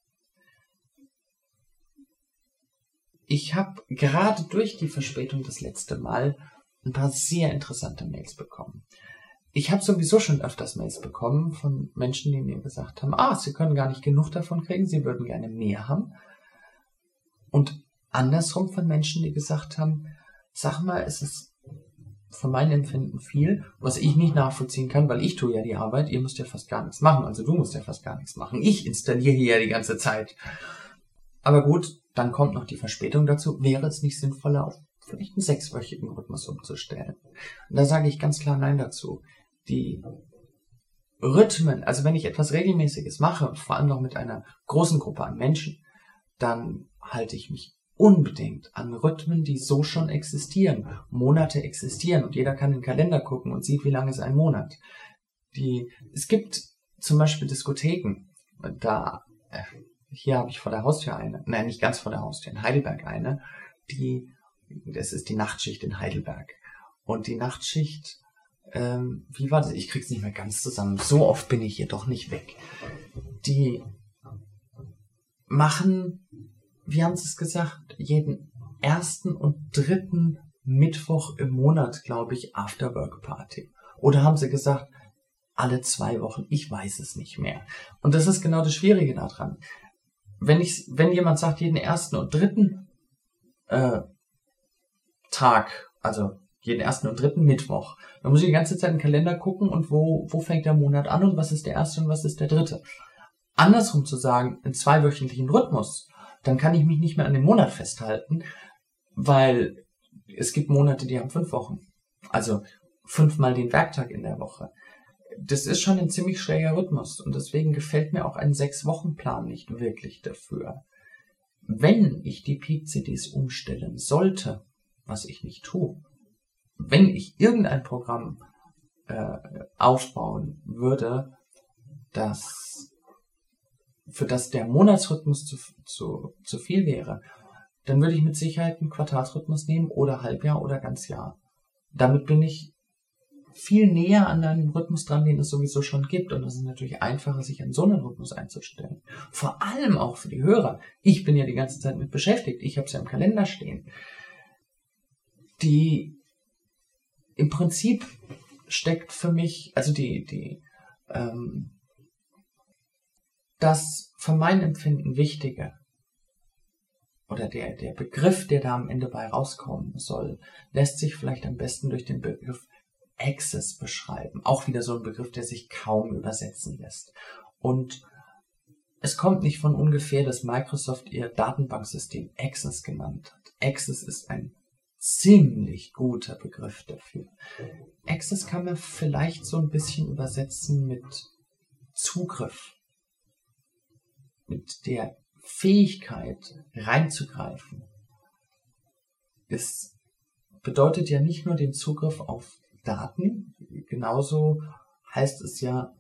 Ich habe gerade durch die Verspätung das letzte Mal ein paar sehr interessante Mails bekommen. Ich habe sowieso schon öfters Mails bekommen von Menschen, die mir gesagt haben, ah, sie können gar nicht genug davon kriegen, sie würden gerne mehr haben. Und andersrum von Menschen, die gesagt haben, sag mal, es ist von meinem Empfinden viel, was ich nicht nachvollziehen kann, weil ich tue ja die Arbeit, ihr müsst ja fast gar nichts machen, also du musst ja fast gar nichts machen. Ich installiere hier ja die ganze Zeit. Aber gut, dann kommt noch die Verspätung dazu. Wäre es nicht sinnvoller, auf vielleicht einen sechswöchigen Rhythmus umzustellen? Und da sage ich ganz klar Nein dazu. Die Rhythmen, also wenn ich etwas Regelmäßiges mache, und vor allem noch mit einer großen Gruppe an Menschen, dann halte ich mich unbedingt an Rhythmen, die so schon existieren, Monate existieren und jeder kann in den Kalender gucken und sieht, wie lang ist ein Monat. Die, es gibt zum Beispiel Diskotheken, da, äh, hier habe ich vor der Haustür eine, nein, nicht ganz vor der Haustür, in Heidelberg eine, die, das ist die Nachtschicht in Heidelberg. Und die Nachtschicht, ähm, wie war das? Ich krieg's nicht mehr ganz zusammen. So oft bin ich hier doch nicht weg. Die machen, wie haben sie es gesagt, jeden ersten und dritten Mittwoch im Monat, glaube ich, Afterwork-Party. Oder haben sie gesagt, alle zwei Wochen? Ich weiß es nicht mehr. Und das ist genau das Schwierige daran. Wenn ich, wenn jemand sagt, jeden ersten und dritten äh, Tag, also jeden ersten und dritten Mittwoch, dann muss ich die ganze Zeit in den Kalender gucken und wo, wo fängt der Monat an und was ist der erste und was ist der dritte. Andersrum zu sagen, in zweiwöchentlichen Rhythmus, dann kann ich mich nicht mehr an den Monat festhalten, weil es gibt Monate, die haben fünf Wochen. Also fünfmal den Werktag in der Woche. Das ist schon ein ziemlich schräger Rhythmus und deswegen gefällt mir auch ein Sechs-Wochen-Plan nicht wirklich dafür. Wenn ich die Peak-C Ds umstellen sollte, was ich nicht tue, wenn ich irgendein Programm äh, aufbauen würde, das für das der Monatsrhythmus zu, zu, zu viel wäre, dann würde ich mit Sicherheit einen Quartalsrhythmus nehmen oder Halbjahr oder Ganzjahr. Damit bin ich viel näher an einem Rhythmus dran, den es sowieso schon gibt. Und es ist natürlich einfacher, sich an so einen Rhythmus einzustellen. Vor allem auch für die Hörer. Ich bin ja die ganze Zeit mit beschäftigt. Ich habe es ja im Kalender stehen. Die im Prinzip steckt für mich, also die, die, ähm, das von meinem Empfinden Wichtige oder der, der Begriff, der da am Ende bei rauskommen soll, lässt sich vielleicht am besten durch den Begriff Access beschreiben. Auch wieder so ein Begriff, der sich kaum übersetzen lässt. Und es kommt nicht von ungefähr, dass Microsoft ihr Datenbanksystem Access genannt hat. Access ist ein ziemlich guter Begriff dafür. Access kann man vielleicht so ein bisschen übersetzen mit Zugriff, mit der Fähigkeit reinzugreifen. Es bedeutet ja nicht nur den Zugriff auf Daten, genauso heißt es ja,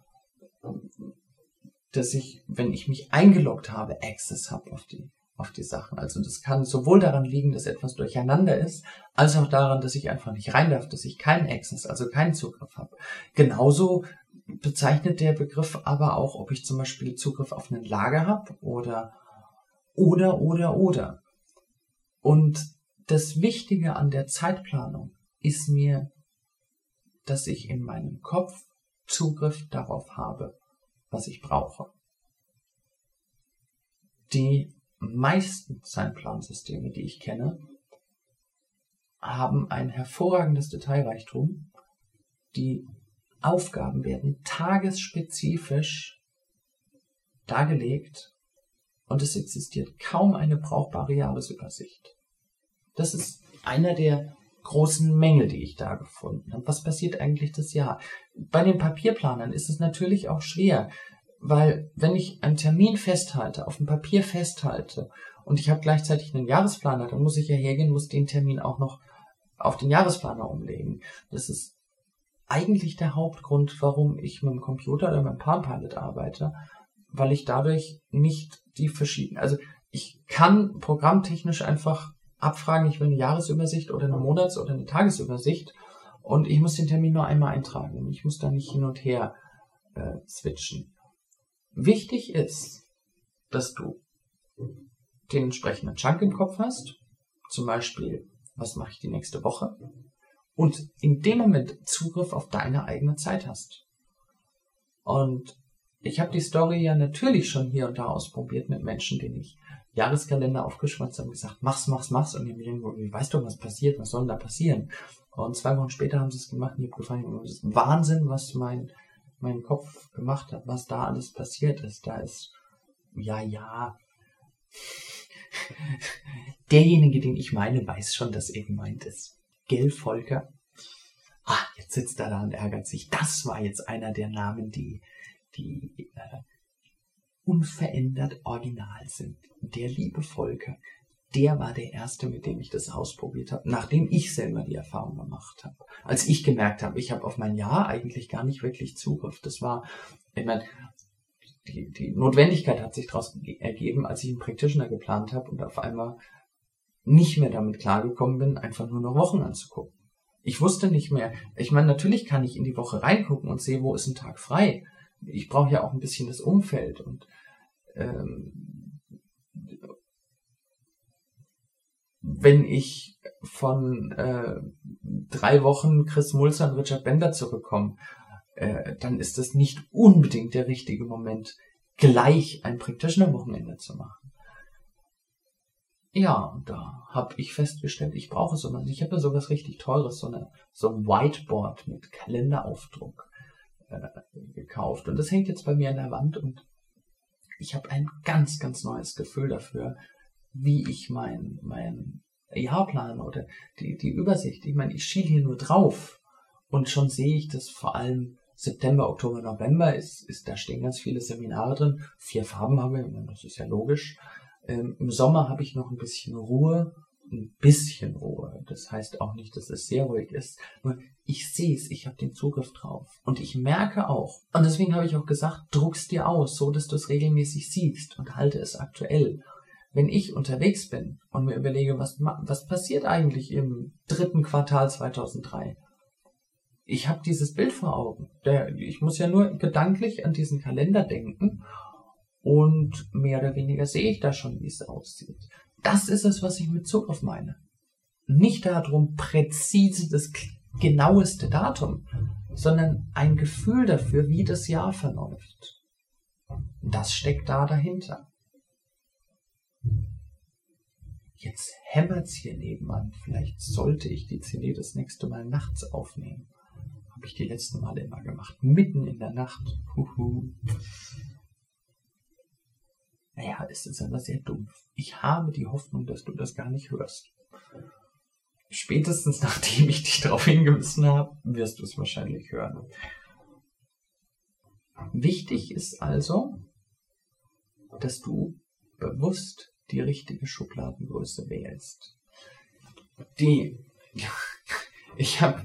dass ich, wenn ich mich eingeloggt habe, Access habe auf die, auf die Sachen. Also das kann sowohl daran liegen, dass etwas durcheinander ist, als auch daran, dass ich einfach nicht rein darf, dass ich keinen Access, also keinen Zugriff habe. Genauso bezeichnet der Begriff aber auch, ob ich zum Beispiel Zugriff auf ein Lager habe oder, oder, oder, oder. Und das Wichtige an der Zeitplanung ist mir, dass ich in meinem Kopf Zugriff darauf habe, was ich brauche. Die meisten Zeitplansysteme, die ich kenne, haben ein hervorragendes Detailreichtum. Die Aufgaben werden tagesspezifisch dargelegt und es existiert kaum eine brauchbare Jahresübersicht. Das ist einer der großen Mängel, die ich da gefunden habe. Was passiert eigentlich das Jahr? Bei den Papierplanern ist es natürlich auch schwer, weil wenn ich einen Termin festhalte, auf dem Papier festhalte und ich habe gleichzeitig einen Jahresplaner, dann muss ich ja hergehen, muss den Termin auch noch auf den Jahresplaner umlegen. Das ist eigentlich der Hauptgrund, warum ich mit dem Computer oder mit dem Palm Pilot arbeite, weil ich dadurch nicht die verschiedenen, also ich kann programmtechnisch einfach abfragen, ich will eine Jahresübersicht oder eine Monats- oder eine Tagesübersicht und ich muss den Termin nur einmal eintragen. Ich muss da nicht hin und her äh, switchen. Wichtig ist, dass du den entsprechenden Chunk im Kopf hast, zum Beispiel, was mache ich die nächste Woche, und in dem Moment Zugriff auf deine eigene Zeit hast. Und ich habe die Story ja natürlich schon hier und da ausprobiert mit Menschen, denen ich Jahreskalender aufgeschwatzt habe und gesagt, mach's, mach's, mach's. Und die haben mir irgendwo, weißt du, was passiert, was soll denn da passieren? Und zwei Wochen später haben sie es gemacht und ich habe gefallen, das ist Wahnsinn, was mein, mein Kopf gemacht hat, was da alles passiert ist. Da ist, ja, ja, derjenige, den ich meine, weiß schon, dass er gemeint ist. Gell, Volker? Ah, jetzt sitzt er da und ärgert sich. Das war jetzt einer der Namen, die, die äh, unverändert original sind. Der liebe Volker, der war der Erste, mit dem ich das ausprobiert habe, nachdem ich selber die Erfahrung gemacht habe. Als ich gemerkt habe, ich habe auf mein Jahr eigentlich gar nicht wirklich Zugriff. Das war, ich meine, die, die Notwendigkeit hat sich daraus ergeben, als ich einen Practitioner geplant habe und auf einmal nicht mehr damit klargekommen bin, einfach nur noch Wochen anzugucken. Ich wusste nicht mehr, ich meine, natürlich kann ich in die Woche reingucken und sehe, wo ist ein Tag frei. Ich brauche ja auch ein bisschen das Umfeld und ähm, wenn ich von äh, drei Wochen Chris Mulzer und Richard Bender zurückkomme, äh, dann ist das nicht unbedingt der richtige Moment, gleich ein Practitioner-Wochenende zu machen. Ja, und da habe ich festgestellt, ich brauche sowas. Ich habe ja sowas richtig Teures, so, eine, so ein Whiteboard mit Kalenderaufdruck äh, gekauft. Und das hängt jetzt bei mir an der Wand und ich habe ein ganz, ganz neues Gefühl dafür, wie ich mein, mein Jahr plane oder die, die Übersicht. Ich meine, ich schiele hier nur drauf und schon sehe ich, dass vor allem September, Oktober, November ist, ist, da stehen ganz viele Seminare drin. Vier Farben haben wir, das ist ja logisch. Ähm, Im Sommer habe ich noch ein bisschen Ruhe, ein bisschen Ruhe. Das heißt auch nicht, dass es sehr ruhig ist. Nur ich sehe es, ich habe den Zugriff drauf. Und ich merke auch, und deswegen habe ich auch gesagt, druck's dir aus, so dass du es regelmäßig siehst und halte es aktuell. Wenn ich unterwegs bin und mir überlege, was, was passiert eigentlich im dritten Quartal zweitausenddrei? Ich habe dieses Bild vor Augen. Der, ich muss ja nur gedanklich an diesen Kalender denken und mehr oder weniger sehe ich da schon, wie es aussieht. Das ist es, was ich mit Zugriff meine. Nicht darum, präzise das genaueste Datum, sondern ein Gefühl dafür, wie das Jahr verläuft. Das steckt da dahinter. Jetzt hämmert's hier nebenan. Vielleicht sollte ich die C D das nächste Mal nachts aufnehmen. Habe ich die letzten Male immer gemacht. Mitten in der Nacht. Huhu. Naja, es ist aber sehr dumpf. Ich habe die Hoffnung, dass du das gar nicht hörst. Spätestens nachdem ich dich darauf hingewiesen habe, wirst du es wahrscheinlich hören. Wichtig ist also, dass du bewusst die richtige Schubladengröße wählst. Die, ich habe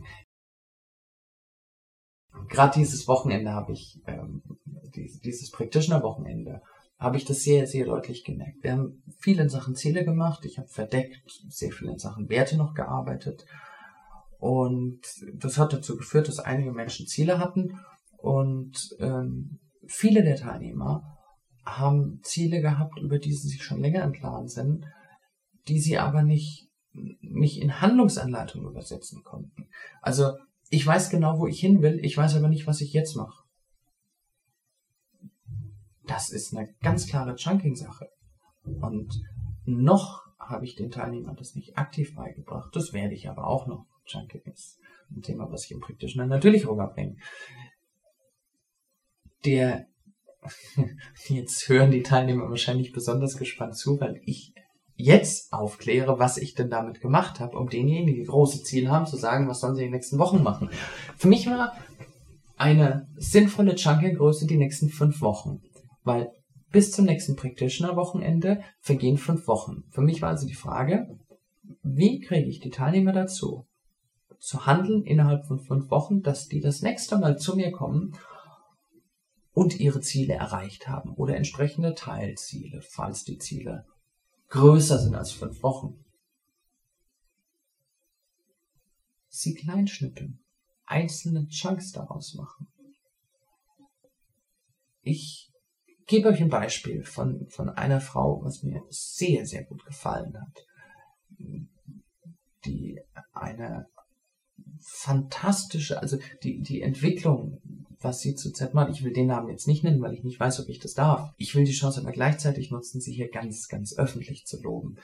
gerade dieses Wochenende habe ich ähm, dieses, dieses Practitioner-Wochenende habe ich das sehr, sehr deutlich gemerkt. Wir haben viel in Sachen Ziele gemacht. Ich habe verdeckt sehr viel in Sachen Werte noch gearbeitet. Und das hat dazu geführt, dass einige Menschen Ziele hatten. Und ähm, viele der Teilnehmer haben Ziele gehabt, über die sie sich schon länger im Klaren sind, die sie aber nicht, nicht in Handlungsanleitung übersetzen konnten. Also ich weiß genau, wo ich hin will. Ich weiß aber nicht, was ich jetzt mache. Das ist eine ganz klare Chunking-Sache. Und noch habe ich den Teilnehmern das nicht aktiv beigebracht. Das werde ich aber auch noch. Chunking ist ein Thema, was ich im Praktischen natürlich rüberbringe. Der, jetzt hören die Teilnehmer wahrscheinlich besonders gespannt zu, weil ich jetzt aufkläre, was ich denn damit gemacht habe, um denjenigen, die große Ziele haben, zu sagen, was sollen sie in den nächsten Wochen machen. Für mich war eine sinnvolle Chunking-Größe die nächsten fünf Wochen, weil bis zum nächsten Practitioner-Wochenende vergehen fünf Wochen. Für mich war also die Frage, wie kriege ich die Teilnehmer dazu, zu handeln innerhalb von fünf Wochen, dass die das nächste Mal zu mir kommen und ihre Ziele erreicht haben oder entsprechende Teilziele, falls die Ziele größer sind als fünf Wochen. Sie kleinschnippeln, einzelne Chunks daraus machen. Ich gebe euch ein Beispiel von, von einer Frau, was mir sehr, sehr gut gefallen hat. Die eine fantastische, also die, die Entwicklung, was sie zurzeit macht. Ich will den Namen jetzt nicht nennen, weil ich nicht weiß, ob ich das darf. Ich will die Chance aber gleichzeitig nutzen, sie hier ganz, ganz öffentlich zu loben.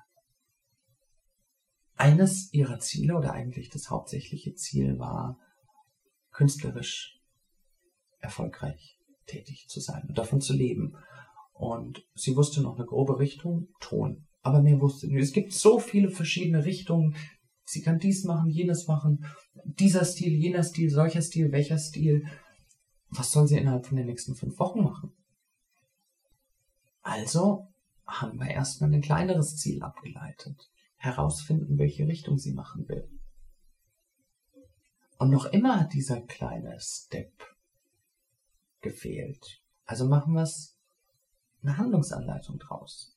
Eines ihrer Ziele oder eigentlich das hauptsächliche Ziel war, künstlerisch erfolgreich tätig zu sein und davon zu leben. Und sie wusste noch eine grobe Richtung, Ton. Aber mehr wusste sie. Es gibt so viele verschiedene Richtungen. Sie kann dies machen, jenes machen, dieser Stil, jener Stil, solcher Stil, welcher Stil. Was soll sie innerhalb von den nächsten fünf Wochen machen? Also haben wir erstmal ein kleineres Ziel abgeleitet. Herausfinden, welche Richtung sie machen will. Und noch immer hat dieser kleine Step gefehlt. Also machen wir es eine Handlungsanleitung draus.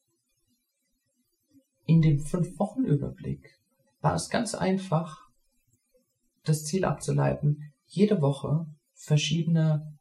In dem Fünf-Wochen-Überblick war es ganz einfach, das Ziel abzuleiten, jede Woche verschiedene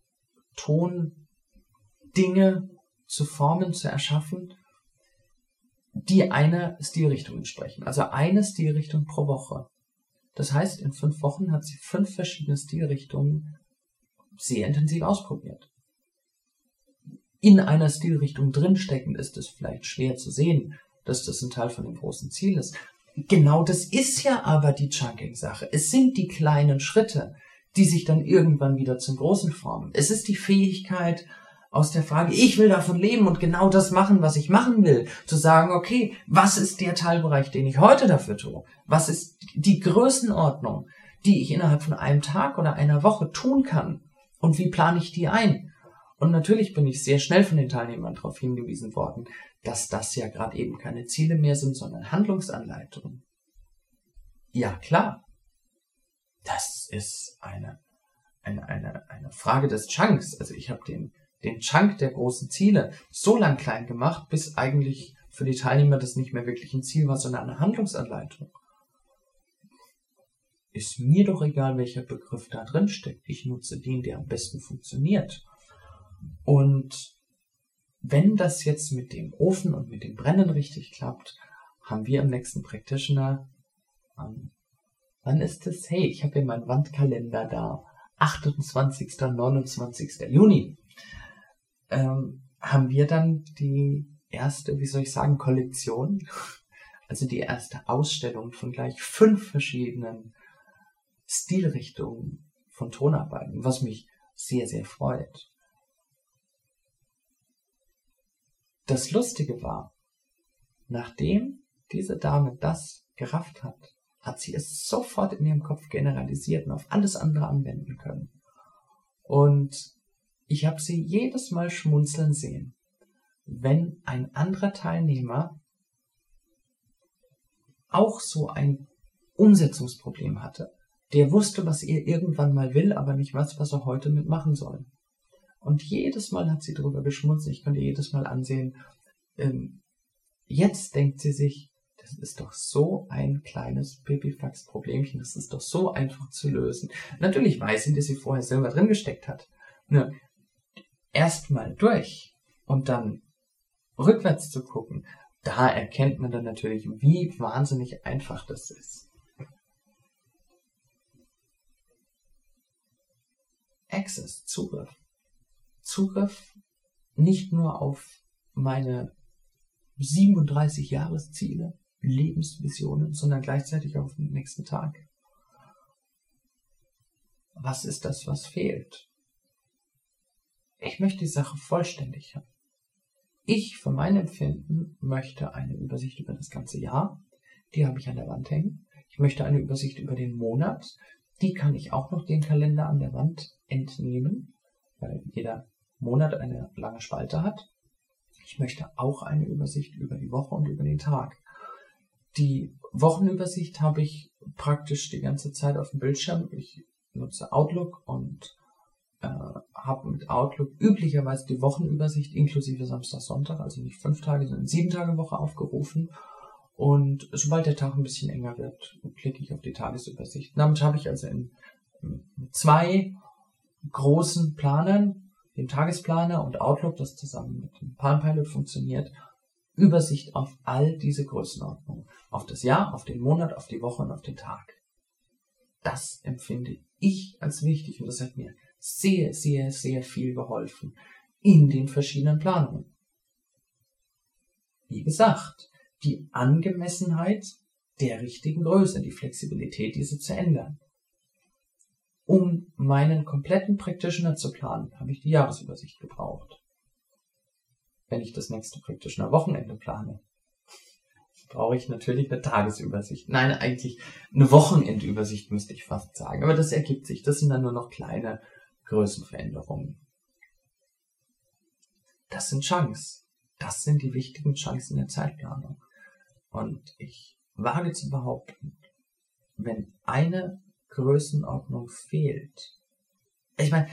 Tondinge zu formen, zu erschaffen, die einer Stilrichtung entsprechen. Also eine Stilrichtung pro Woche. Das heißt, in fünf Wochen hat sie fünf verschiedene Stilrichtungen sehr intensiv ausprobiert. In einer Stilrichtung drinsteckend ist es vielleicht schwer zu sehen, dass das ein Teil von dem großen Ziel ist. Genau das ist ja aber die Chunking-Sache. Es sind die kleinen Schritte, die sich dann irgendwann wieder zum Großen formen. Es ist die Fähigkeit aus der Frage, ich will davon leben und genau das machen, was ich machen will, zu sagen, okay, was ist der Teilbereich, den ich heute dafür tue? Was ist die Größenordnung, die ich innerhalb von einem Tag oder einer Woche tun kann? Und wie plane ich die ein? Und natürlich bin ich sehr schnell von den Teilnehmern darauf hingewiesen worden, dass das ja gerade eben keine Ziele mehr sind, sondern Handlungsanleitungen. Ja, klar. Das ist eine, eine, eine, eine Frage des Chunks. Also ich habe den, den Chunk der großen Ziele so lang klein gemacht, bis eigentlich für die Teilnehmer das nicht mehr wirklich ein Ziel war, sondern eine Handlungsanleitung. Ist mir doch egal, welcher Begriff da drin steckt. Ich nutze den, der am besten funktioniert. Und wenn das jetzt mit dem Ofen und mit dem Brennen richtig klappt, haben wir im nächsten Practitioner, ähm, wann ist es? Hey, ich habe hier meinen Wandkalender da, achtundzwanzigsten und neunundzwanzigsten Juni, ähm, haben wir dann die erste, wie soll ich sagen, Kollektion, also die erste Ausstellung von gleich fünf verschiedenen Stilrichtungen von Tonarbeiten, was mich sehr, sehr freut. Das Lustige war, nachdem diese Dame das gerafft hat, hat sie es sofort in ihrem Kopf generalisiert und auf alles andere anwenden können. Und ich habe sie jedes Mal schmunzeln sehen, wenn ein anderer Teilnehmer auch so ein Umsetzungsproblem hatte. Der wusste, was er irgendwann mal will, aber nicht was, was er heute mitmachen soll. Und jedes Mal hat sie drüber geschmunzelt. Ich konnte jedes Mal ansehen, ähm, jetzt denkt sie sich, das ist doch so ein kleines Pipifax-Problemchen, das ist doch so einfach zu lösen. Natürlich weiß sie, dass sie vorher selber drin gesteckt hat. Nur erstmal durch und dann rückwärts zu gucken, da erkennt man dann natürlich, wie wahnsinnig einfach das ist. Access, Zugriff. Zugriff nicht nur auf meine siebenunddreißig Jahresziele, Lebensvisionen, sondern gleichzeitig auf den nächsten Tag. Was ist das, was fehlt? Ich möchte die Sache vollständig haben. Ich, für mein Empfinden, möchte eine Übersicht über das ganze Jahr. Die habe ich an der Wand hängen. Ich möchte eine Übersicht über den Monat. Die kann ich auch noch den Kalender an der Wand entnehmen, weil jeder Monat eine lange Spalte hat. Ich möchte auch eine Übersicht über die Woche und über den Tag. Die Wochenübersicht habe ich praktisch die ganze Zeit auf dem Bildschirm. Ich nutze Outlook und äh, habe mit Outlook üblicherweise die Wochenübersicht inklusive Samstag, Sonntag, also nicht fünf Tage, sondern sieben Tage Woche aufgerufen. Und sobald der Tag ein bisschen enger wird, klicke ich auf die Tagesübersicht. Damit habe ich also in, in zwei großen Planern, dem Tagesplaner und Outlook, das zusammen mit dem Palm Pilot funktioniert, Übersicht auf all diese Größenordnungen. Auf das Jahr, auf den Monat, auf die Woche und auf den Tag. Das empfinde ich als wichtig und das hat mir sehr, sehr, sehr viel geholfen in den verschiedenen Planungen. Wie gesagt, die Angemessenheit der richtigen Größe, die Flexibilität, diese zu ändern. Um meinen kompletten Practitioner zu planen, habe ich die Jahresübersicht gebraucht. Wenn ich das nächste Practitioner Wochenende plane, brauche ich natürlich eine Tagesübersicht. Nein, eigentlich eine Wochenendübersicht müsste ich fast sagen. Aber das ergibt sich. Das sind dann nur noch kleine Größenveränderungen. Das sind Chunks. Das sind die wichtigen Chunks in der Zeitplanung. Und ich wage zu behaupten, wenn eine Größenordnung fehlt, ich meine,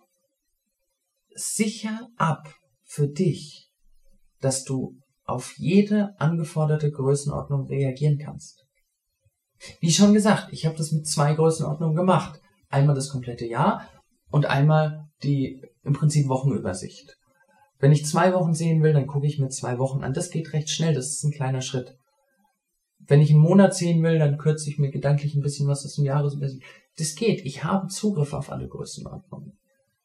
sicher ab für dich, dass du auf jede angeforderte Größenordnung reagieren kannst. Wie schon gesagt, ich habe das mit zwei Größenordnungen gemacht. Einmal das komplette Jahr und einmal die im Prinzip Wochenübersicht. Wenn ich zwei Wochen sehen will, dann gucke ich mir zwei Wochen an. Das geht recht schnell, das ist ein kleiner Schritt. Wenn ich einen Monat sehen will, dann kürze ich mir gedanklich ein bisschen was aus dem Jahresübersicht. Das geht, ich habe Zugriff auf alle Größenordnungen.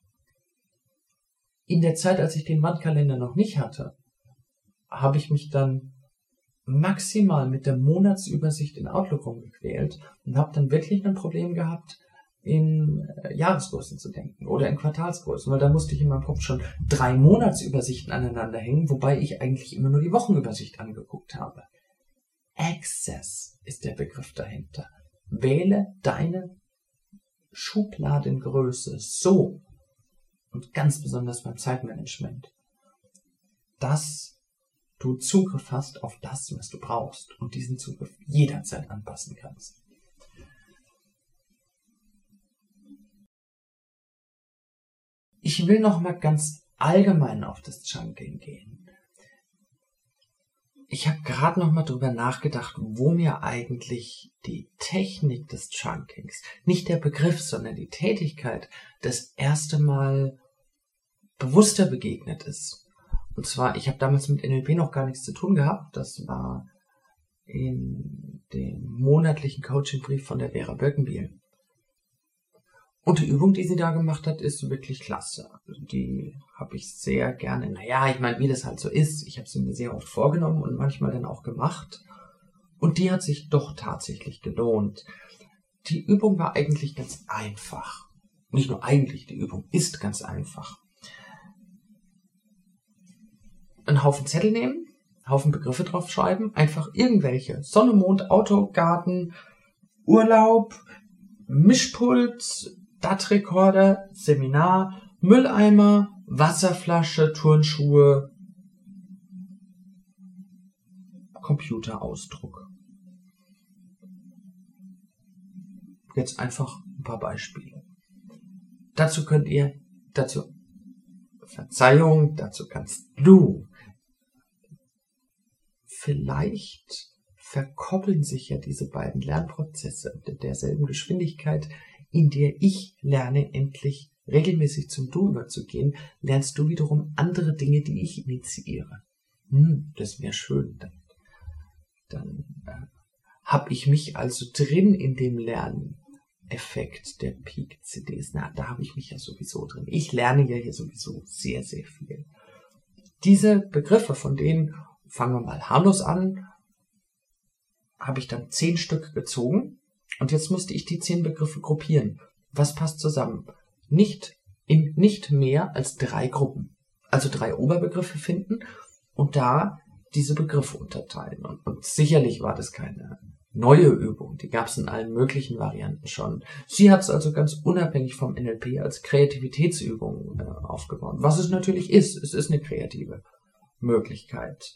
In der Zeit, als ich den Wandkalender noch nicht hatte, habe ich mich dann maximal mit der Monatsübersicht in Outlook rumgequält und habe dann wirklich ein Problem gehabt, in Jahresgrößen zu denken oder in Quartalsgrößen, weil da musste ich in meinem Kopf schon drei Monatsübersichten aneinander hängen, wobei ich eigentlich immer nur die Wochenübersicht angeguckt habe. Access ist der Begriff dahinter. Wähle deine Schubladengröße so, und ganz besonders beim Zeitmanagement, dass du Zugriff hast auf das, was du brauchst und diesen Zugriff jederzeit anpassen kannst. Ich will noch mal ganz allgemein auf das Chunking gehen. Ich habe gerade noch mal drüber nachgedacht, wo mir eigentlich die Technik des Chunkings, nicht der Begriff, sondern die Tätigkeit, das erste Mal bewusster begegnet ist. Und zwar, ich habe damals mit N L P noch gar nichts zu tun gehabt. Das war in dem monatlichen Coachingbrief von der Vera Birkenbiel. Und die Übung, die sie da gemacht hat, ist wirklich klasse. Die habe ich sehr gerne, naja, ich meine, wie das halt so ist. Ich habe sie mir sehr oft vorgenommen und manchmal dann auch gemacht. Und die hat sich doch tatsächlich gelohnt. Die Übung war eigentlich ganz einfach. Nicht nur eigentlich, die Übung ist ganz einfach. Einen Haufen Zettel nehmen, Haufen Begriffe draufschreiben, einfach irgendwelche. Sonne, Mond, Auto, Garten, Urlaub, Mischpult, D A T-Rekorder, Seminar, Mülleimer, Wasserflasche, Turnschuhe, Computerausdruck. Jetzt einfach ein paar Beispiele. Dazu könnt ihr, dazu, Verzeihung, dazu kannst du, vielleicht verkoppeln sich ja diese beiden Lernprozesse mit derselben Geschwindigkeit, in der ich lerne, endlich regelmäßig zum Du überzugehen, lernst du wiederum andere Dinge, die ich initiiere. Hm, das wäre schön. Dann, dann äh, habe ich mich also drin in dem Lerneffekt der Peak-C Ds. Na, da habe ich mich ja sowieso drin. Ich lerne ja hier sowieso sehr, sehr viel. Diese Begriffe, von denen, fangen wir mal harmlos an, habe ich dann zehn Stück gezogen und jetzt musste ich die zehn Begriffe gruppieren. Was passt zusammen? Nicht in nicht mehr als drei Gruppen. Also drei Oberbegriffe finden und da diese Begriffe unterteilen. Und, und sicherlich war das keine neue Übung. Die gab es in allen möglichen Varianten schon. Sie hat es also ganz unabhängig vom N L P als Kreativitätsübung äh, aufgebaut. Was es natürlich ist. Es ist eine kreative Möglichkeit.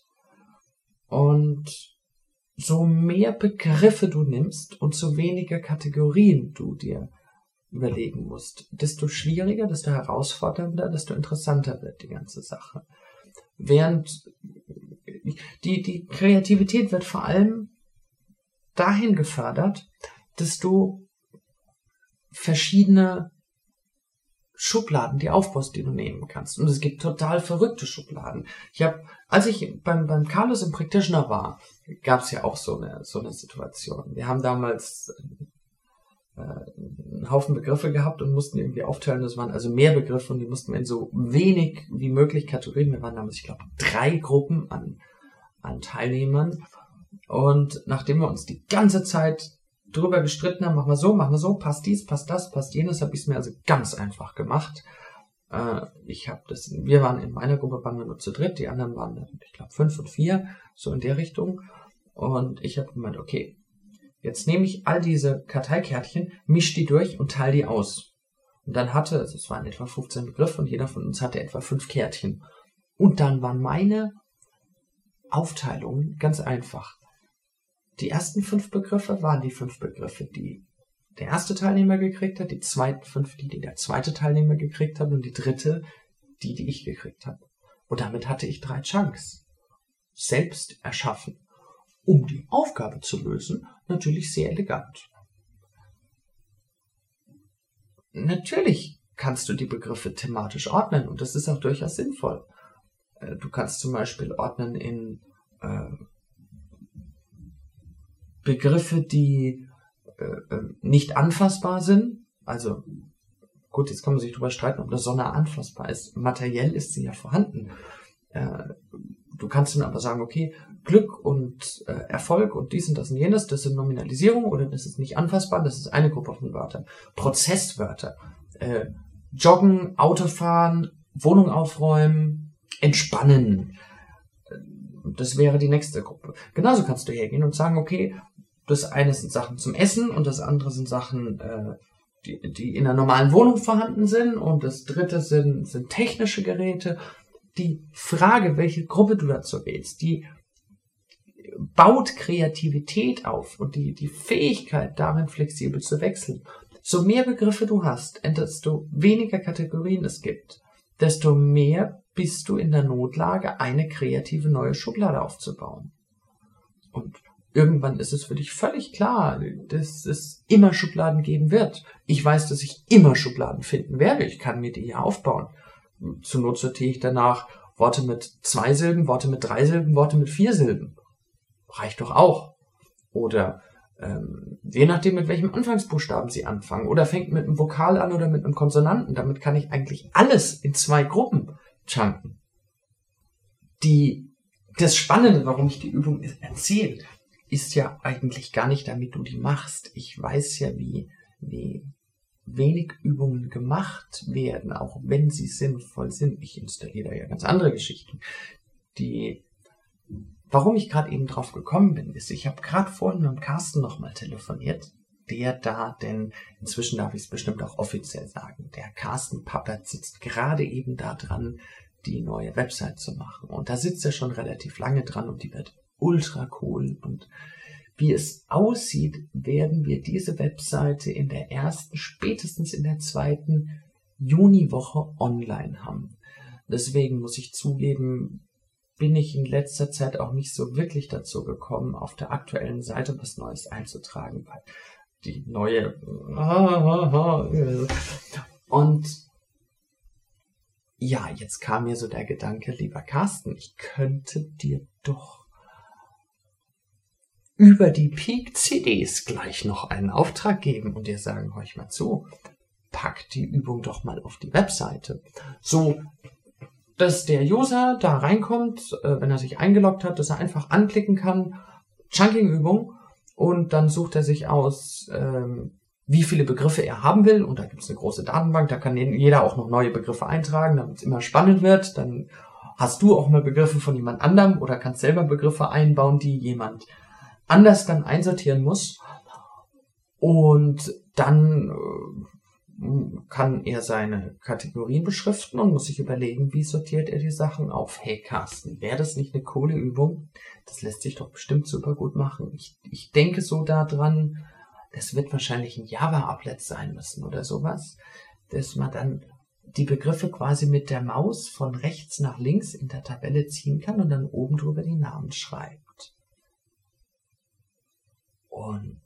Und so mehr Begriffe du nimmst und so weniger Kategorien du dir überlegen musst, desto schwieriger, desto herausfordernder, desto interessanter wird die ganze Sache. Während die, die Kreativität wird vor allem dahin gefördert, dass du verschiedene Schubladen, die aufbaust, die du nehmen kannst. Und es gibt total verrückte Schubladen. Ich habe, als ich beim, beim Carlos im Practitioner war, gab es ja auch so eine, so eine Situation. Wir haben damals äh, einen Haufen Begriffe gehabt und mussten irgendwie aufteilen. Das waren also mehr Begriffe und die mussten wir in so wenig wie möglich Kategorien. Wir waren damals, ich glaube, drei Gruppen an, an Teilnehmern. Und nachdem wir uns die ganze Zeit drüber gestritten haben, machen wir so, machen wir so, passt dies, passt das, passt jenes, habe ich es mir also ganz einfach gemacht. Äh, ich habe das, wir waren in meiner Gruppe, waren wir nur zu dritt, die anderen waren, ich glaube, fünf und vier, so in der Richtung. Und ich habe gemeint, okay, jetzt nehme ich all diese Karteikärtchen, mische die durch und teile die aus. Und dann hatte, also es waren etwa fünfzehn Begriffe und jeder von uns hatte etwa fünf Kärtchen. Und dann waren meine Aufteilungen ganz einfach. Die ersten fünf Begriffe waren die fünf Begriffe, die der erste Teilnehmer gekriegt hat, die zweiten fünf, die, die der zweite Teilnehmer gekriegt hat und die dritte, die, die ich gekriegt habe. Und damit hatte ich drei Chunks selbst erschaffen, um die Aufgabe zu lösen, natürlich sehr elegant. Natürlich kannst du die Begriffe thematisch ordnen und das ist auch durchaus sinnvoll. Du kannst zum Beispiel ordnen in äh, Begriffe, die äh, nicht anfassbar sind. Also gut, jetzt kann man sich drüber streiten, ob eine Sonne anfassbar ist. Materiell ist sie ja vorhanden. Äh, du kannst dann aber sagen, okay, Glück und äh, Erfolg und dies und das und jenes, das sind Nominalisierung oder das ist nicht anfassbar, das ist eine Gruppe von Wörtern. Prozesswörter. Äh, Joggen, Autofahren, Wohnung aufräumen, entspannen. Das wäre die nächste Gruppe. Genauso kannst du hergehen und sagen, okay, das eine sind Sachen zum Essen und das andere sind Sachen, äh, die, die in einer normalen Wohnung vorhanden sind und das dritte sind, sind technische Geräte. Die Frage, welche Gruppe du dazu wählst, die baut Kreativität auf und die, die Fähigkeit darin flexibel zu wechseln. So mehr Begriffe du hast, desto weniger Kategorien es gibt, desto mehr bist du in der Notlage, eine kreative neue Schublade aufzubauen. Und irgendwann ist es für dich völlig klar, dass es immer Schubladen geben wird. Ich weiß, dass ich immer Schubladen finden werde. Ich kann mir die hier aufbauen. Zur Not sortiere ich danach Worte mit zwei Silben, Worte mit drei Silben, Worte mit vier Silben. Reicht doch auch. Oder ähm, je nachdem, mit welchem Anfangsbuchstaben sie anfangen. Oder fängt mit einem Vokal an oder mit einem Konsonanten. Damit kann ich eigentlich alles in zwei Gruppen chunken. Die, das Spannende, warum ich die Übung erzähle, ist ja eigentlich gar nicht, damit du die machst. Ich weiß ja, wie, wie wenig Übungen gemacht werden, auch wenn sie sinnvoll sind. Ich installiere da ja ganz andere Geschichten. Die, warum ich gerade eben drauf gekommen bin, ist, ich habe gerade vorhin mit Carsten nochmal telefoniert, der da, denn inzwischen darf ich es bestimmt auch offiziell sagen, der Carsten Pappert sitzt gerade eben da dran, die neue Website zu machen. Und da sitzt er schon relativ lange dran und die wird ultra cool. Und wie es aussieht, werden wir diese Webseite in der ersten, spätestens in der zweiten Juniwoche online haben. Deswegen muss ich zugeben, bin ich in letzter Zeit auch nicht so wirklich dazu gekommen, auf der aktuellen Seite was Neues einzutragen, weil die neue und ja, jetzt kam mir so der Gedanke, lieber Carsten, ich könnte dir doch über die Peak-C Ds gleich noch einen Auftrag geben und dir sagen, hör ich mal zu, pack die Übung doch mal auf die Webseite. So dass der User da reinkommt, äh, wenn er sich eingeloggt hat, dass er einfach anklicken kann, Chunking-Übung, und dann sucht er sich aus, ähm, wie viele Begriffe er haben will, und da gibt es eine große Datenbank, da kann jeder auch noch neue Begriffe eintragen, damit es immer spannend wird. Dann hast du auch mal Begriffe von jemand anderem oder kannst selber Begriffe einbauen, die jemand anders dann einsortieren muss. Und dann äh, kann er seine Kategorien beschriften und muss sich überlegen, wie sortiert er die Sachen auf. Hey Carsten, wäre das nicht eine coole Übung? Das lässt sich doch bestimmt super gut machen. Ich, ich denke so daran, das wird wahrscheinlich ein Java-Applet sein müssen oder sowas, dass man dann die Begriffe quasi mit der Maus von rechts nach links in der Tabelle ziehen kann und dann oben drüber die Namen schreibt. Und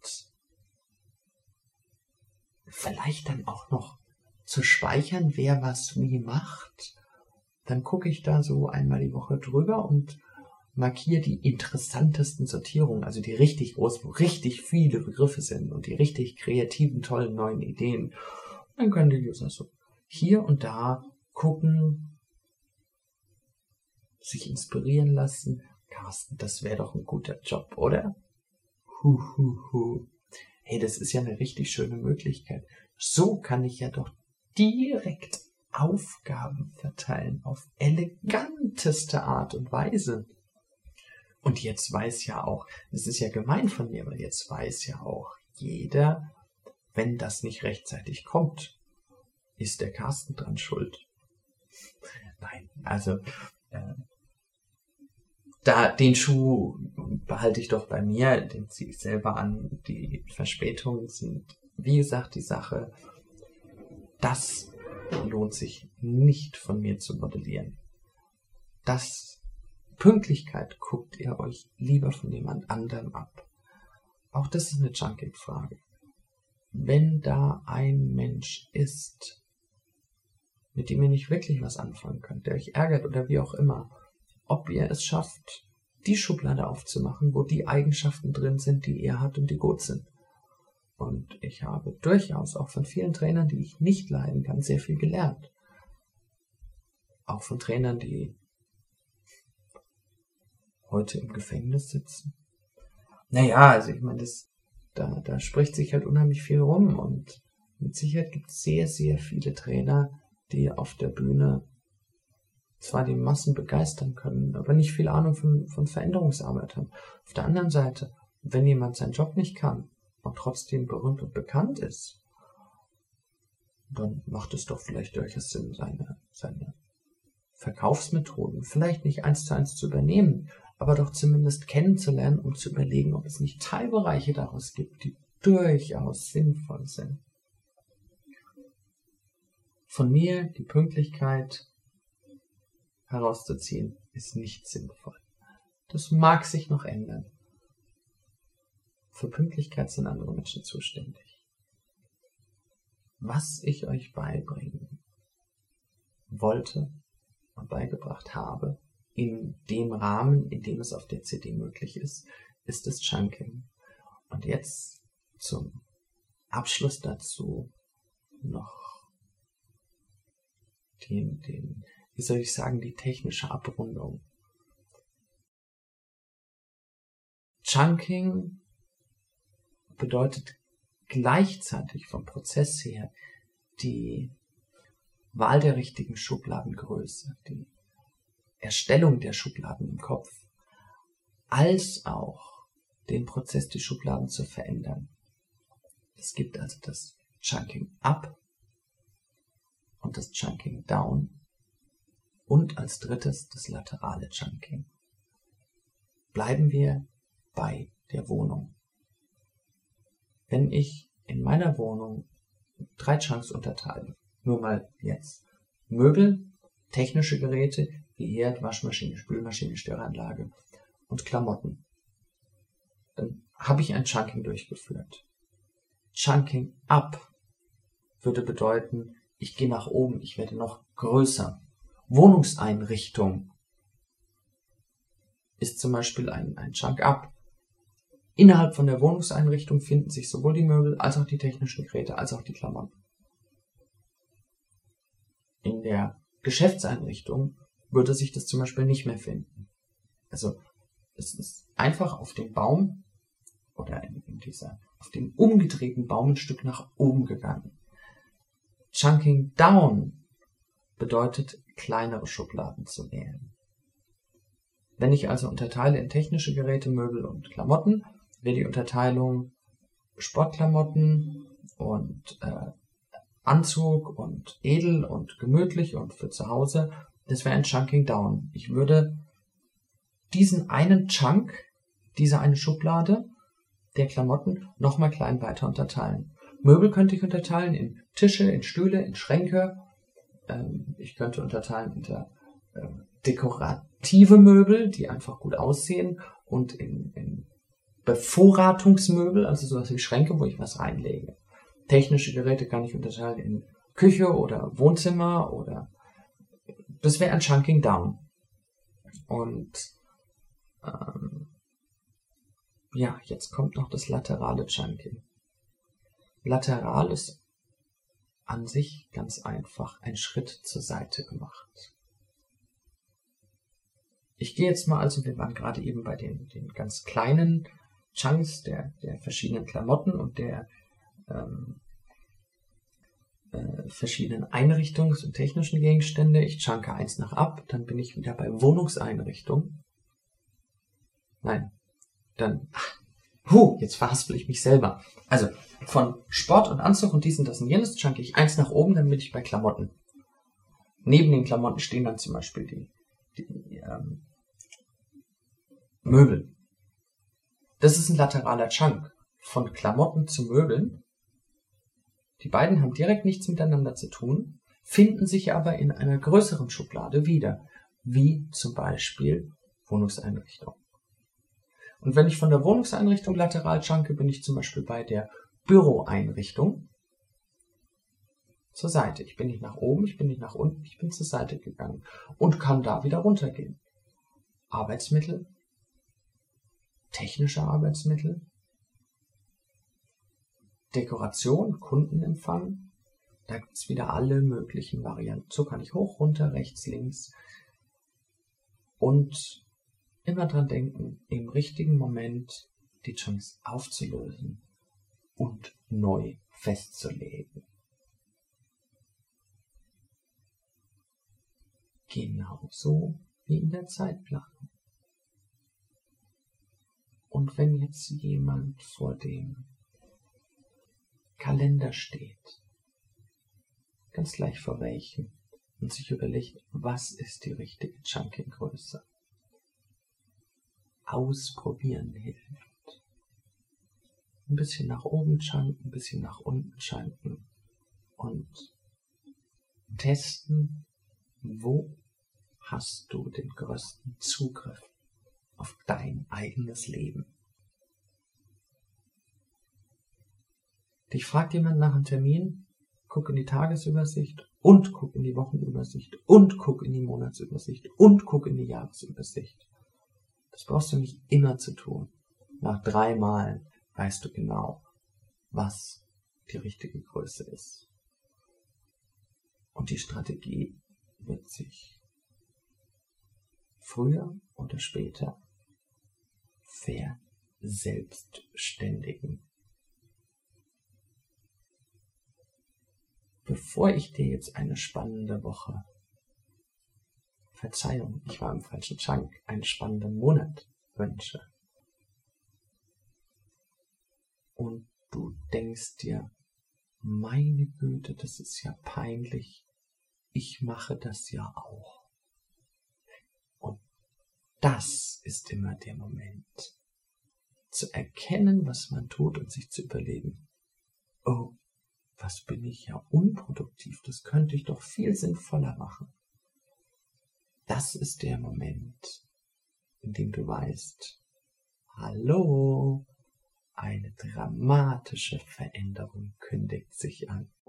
vielleicht dann auch noch zu speichern, wer was wie macht. Dann gucke ich da so einmal die Woche drüber und markiere die interessantesten Sortierungen, also die richtig groß, wo richtig viele Begriffe sind und die richtig kreativen, tollen neuen Ideen. Dann können die User so hier und da gucken, sich inspirieren lassen. Carsten, das wäre doch ein guter Job, oder? Hu, hu, hu. Hey, das ist ja eine richtig schöne Möglichkeit. So kann ich ja doch direkt Aufgaben verteilen auf eleganteste Art und Weise. Und jetzt weiß ja auch, das ist ja gemein von mir, aber jetzt weiß ja auch jeder, wenn das nicht rechtzeitig kommt, ist der Carsten dran schuld. Nein, also äh, da den Schuh behalte ich doch bei mir, den ziehe ich selber an. Die Verspätungen sind, wie gesagt, die Sache. Das lohnt sich nicht von mir zu modellieren. Das Pünktlichkeit guckt ihr euch lieber von jemand anderem ab. Auch das ist eine Chunking-Frage. Wenn da ein Mensch ist, mit dem ihr nicht wirklich was anfangen könnt, der euch ärgert oder wie auch immer, ob ihr es schafft, die Schublade aufzumachen, wo die Eigenschaften drin sind, die ihr habt und die gut sind. Und ich habe durchaus auch von vielen Trainern, die ich nicht leiden kann, sehr viel gelernt. Auch von Trainern, die heute im Gefängnis sitzen. Naja, also ich meine, das, da, da spricht sich halt unheimlich viel rum und mit Sicherheit gibt es sehr, sehr viele Trainer, die auf der Bühne zwar die Massen begeistern können, aber nicht viel Ahnung von, von Veränderungsarbeit haben. Auf der anderen Seite, wenn jemand seinen Job nicht kann und trotzdem berühmt und bekannt ist, dann macht es doch vielleicht durchaus Sinn, seine, seine Verkaufsmethoden vielleicht nicht eins zu eins zu übernehmen, aber doch zumindest kennenzulernen, um zu überlegen, ob es nicht Teilbereiche daraus gibt, die durchaus sinnvoll sind. Von mir die Pünktlichkeit herauszuziehen, ist nicht sinnvoll. Das mag sich noch ändern. Für Pünktlichkeit sind andere Menschen zuständig. Was ich euch beibringen wollte und beigebracht habe, in dem Rahmen, in dem es auf der C D möglich ist, ist das Chunking. Und jetzt zum Abschluss dazu noch den, den, wie soll ich sagen, die technische Abrundung. Chunking bedeutet gleichzeitig vom Prozess her die Wahl der richtigen Schubladengröße, die Erstellung der Schubladen im Kopf, als auch den Prozess, die Schubladen zu verändern. Es gibt also das Chunking Up und das Chunking Down und als drittes das laterale Chunking. Bleiben wir bei der Wohnung. Wenn ich in meiner Wohnung drei Chunks unterteile, nur mal jetzt Möbel, technische Geräte wie Herd, Waschmaschine, Spülmaschine, Störanlage und Klamotten, dann habe ich ein Chunking durchgeführt. Chunking Up würde bedeuten, ich gehe nach oben, ich werde noch größer. Wohnungseinrichtung ist zum Beispiel ein, ein Chunk Up. Innerhalb von der Wohnungseinrichtung finden sich sowohl die Möbel als auch die technischen Geräte als auch die Klamotten. In der Geschäftseinrichtung würde sich das zum Beispiel nicht mehr finden. Also es ist einfach auf dem Baum oder in, in dieser, auf dem umgedrehten Baum ein Stück nach oben gegangen. Chunking down bedeutet, kleinere Schubladen zu wählen. Wenn ich also unterteile in technische Geräte, Möbel und Klamotten, wäre die Unterteilung Sportklamotten und äh, Anzug und edel und gemütlich und für zu Hause. Das wäre ein Chunking down. Ich würde diesen einen Chunk, diese eine Schublade der Klamotten nochmal klein weiter unterteilen. Möbel könnte ich unterteilen in Tische, in Stühle, in Schränke. Ähm, ich könnte unterteilen in der, äh, dekorative Möbel, die einfach gut aussehen, und in, in Bevorratungsmöbel, also sowas wie Schränke, wo ich was reinlege. Technische Geräte kann ich unterteilen in Küche oder Wohnzimmer oder das wäre ein Chunking down. Und ähm, ja, jetzt kommt noch das laterale Chunking. Lateral ist an sich ganz einfach ein Schritt zur Seite gemacht. Ich gehe jetzt mal, also wir waren gerade eben bei den, den ganz kleinen Chunks der, der verschiedenen Klamotten und der ähm, äh, verschiedenen Einrichtungs- und technischen Gegenstände. Ich chunke eins nach ab, dann bin ich wieder bei Wohnungseinrichtung. Nein, dann, ach, huh, jetzt verhaspel ich mich selber. Also von Sport und Anzug und dies und das und jenes chunke ich eins nach oben, dann bin ich bei Klamotten. Neben den Klamotten stehen dann zum Beispiel die, die ähm, Möbel. Das ist ein lateraler Chunk. Von Klamotten zu Möbeln. Die beiden haben direkt nichts miteinander zu tun, finden sich aber in einer größeren Schublade wieder, wie zum Beispiel Wohnungseinrichtung. Und wenn ich von der Wohnungseinrichtung lateral chunke, bin ich zum Beispiel bei der Büroeinrichtung zur Seite. Ich bin nicht nach oben, ich bin nicht nach unten, ich bin zur Seite gegangen und kann da wieder runtergehen. Arbeitsmittel, technische Arbeitsmittel, Dekoration, Kundenempfang, da gibt es wieder alle möglichen Varianten. So kann ich hoch, runter, rechts, links und immer dran denken, im richtigen Moment die Chunks aufzulösen und neu festzulegen. Genauso wie in der Zeitplanung. Und wenn jetzt jemand vor dem Kalender steht, ganz gleich vor welchem, und sich überlegt, was ist die richtige Chunking-Größe? Ausprobieren hilft. Ein bisschen nach oben chunken, ein bisschen nach unten chunken und testen, wo hast du den größten Zugriff auf dein eigenes Leben. Dich fragt jemand nach einem Termin, guck in die Tagesübersicht und guck in die Wochenübersicht und guck in die Monatsübersicht und guck in die Jahresübersicht. Das brauchst du nicht immer zu tun. Nach drei Malen weißt du genau, was die richtige Größe ist. Und die Strategie wird sich früher oder später verselbstständigen. Bevor ich dir jetzt eine spannende Woche, Verzeihung, ich war im falschen Chunk, einen spannenden Monat wünsche und du denkst dir, meine Güte, das ist ja peinlich, ich mache das ja auch. Und das ist immer der Moment, zu erkennen, was man tut und sich zu überlegen, oh, was bin ich ja unproduktiv, das könnte ich doch viel sinnvoller machen. Das ist der Moment, in dem du weißt, hallo, eine dramatische Veränderung kündigt sich an.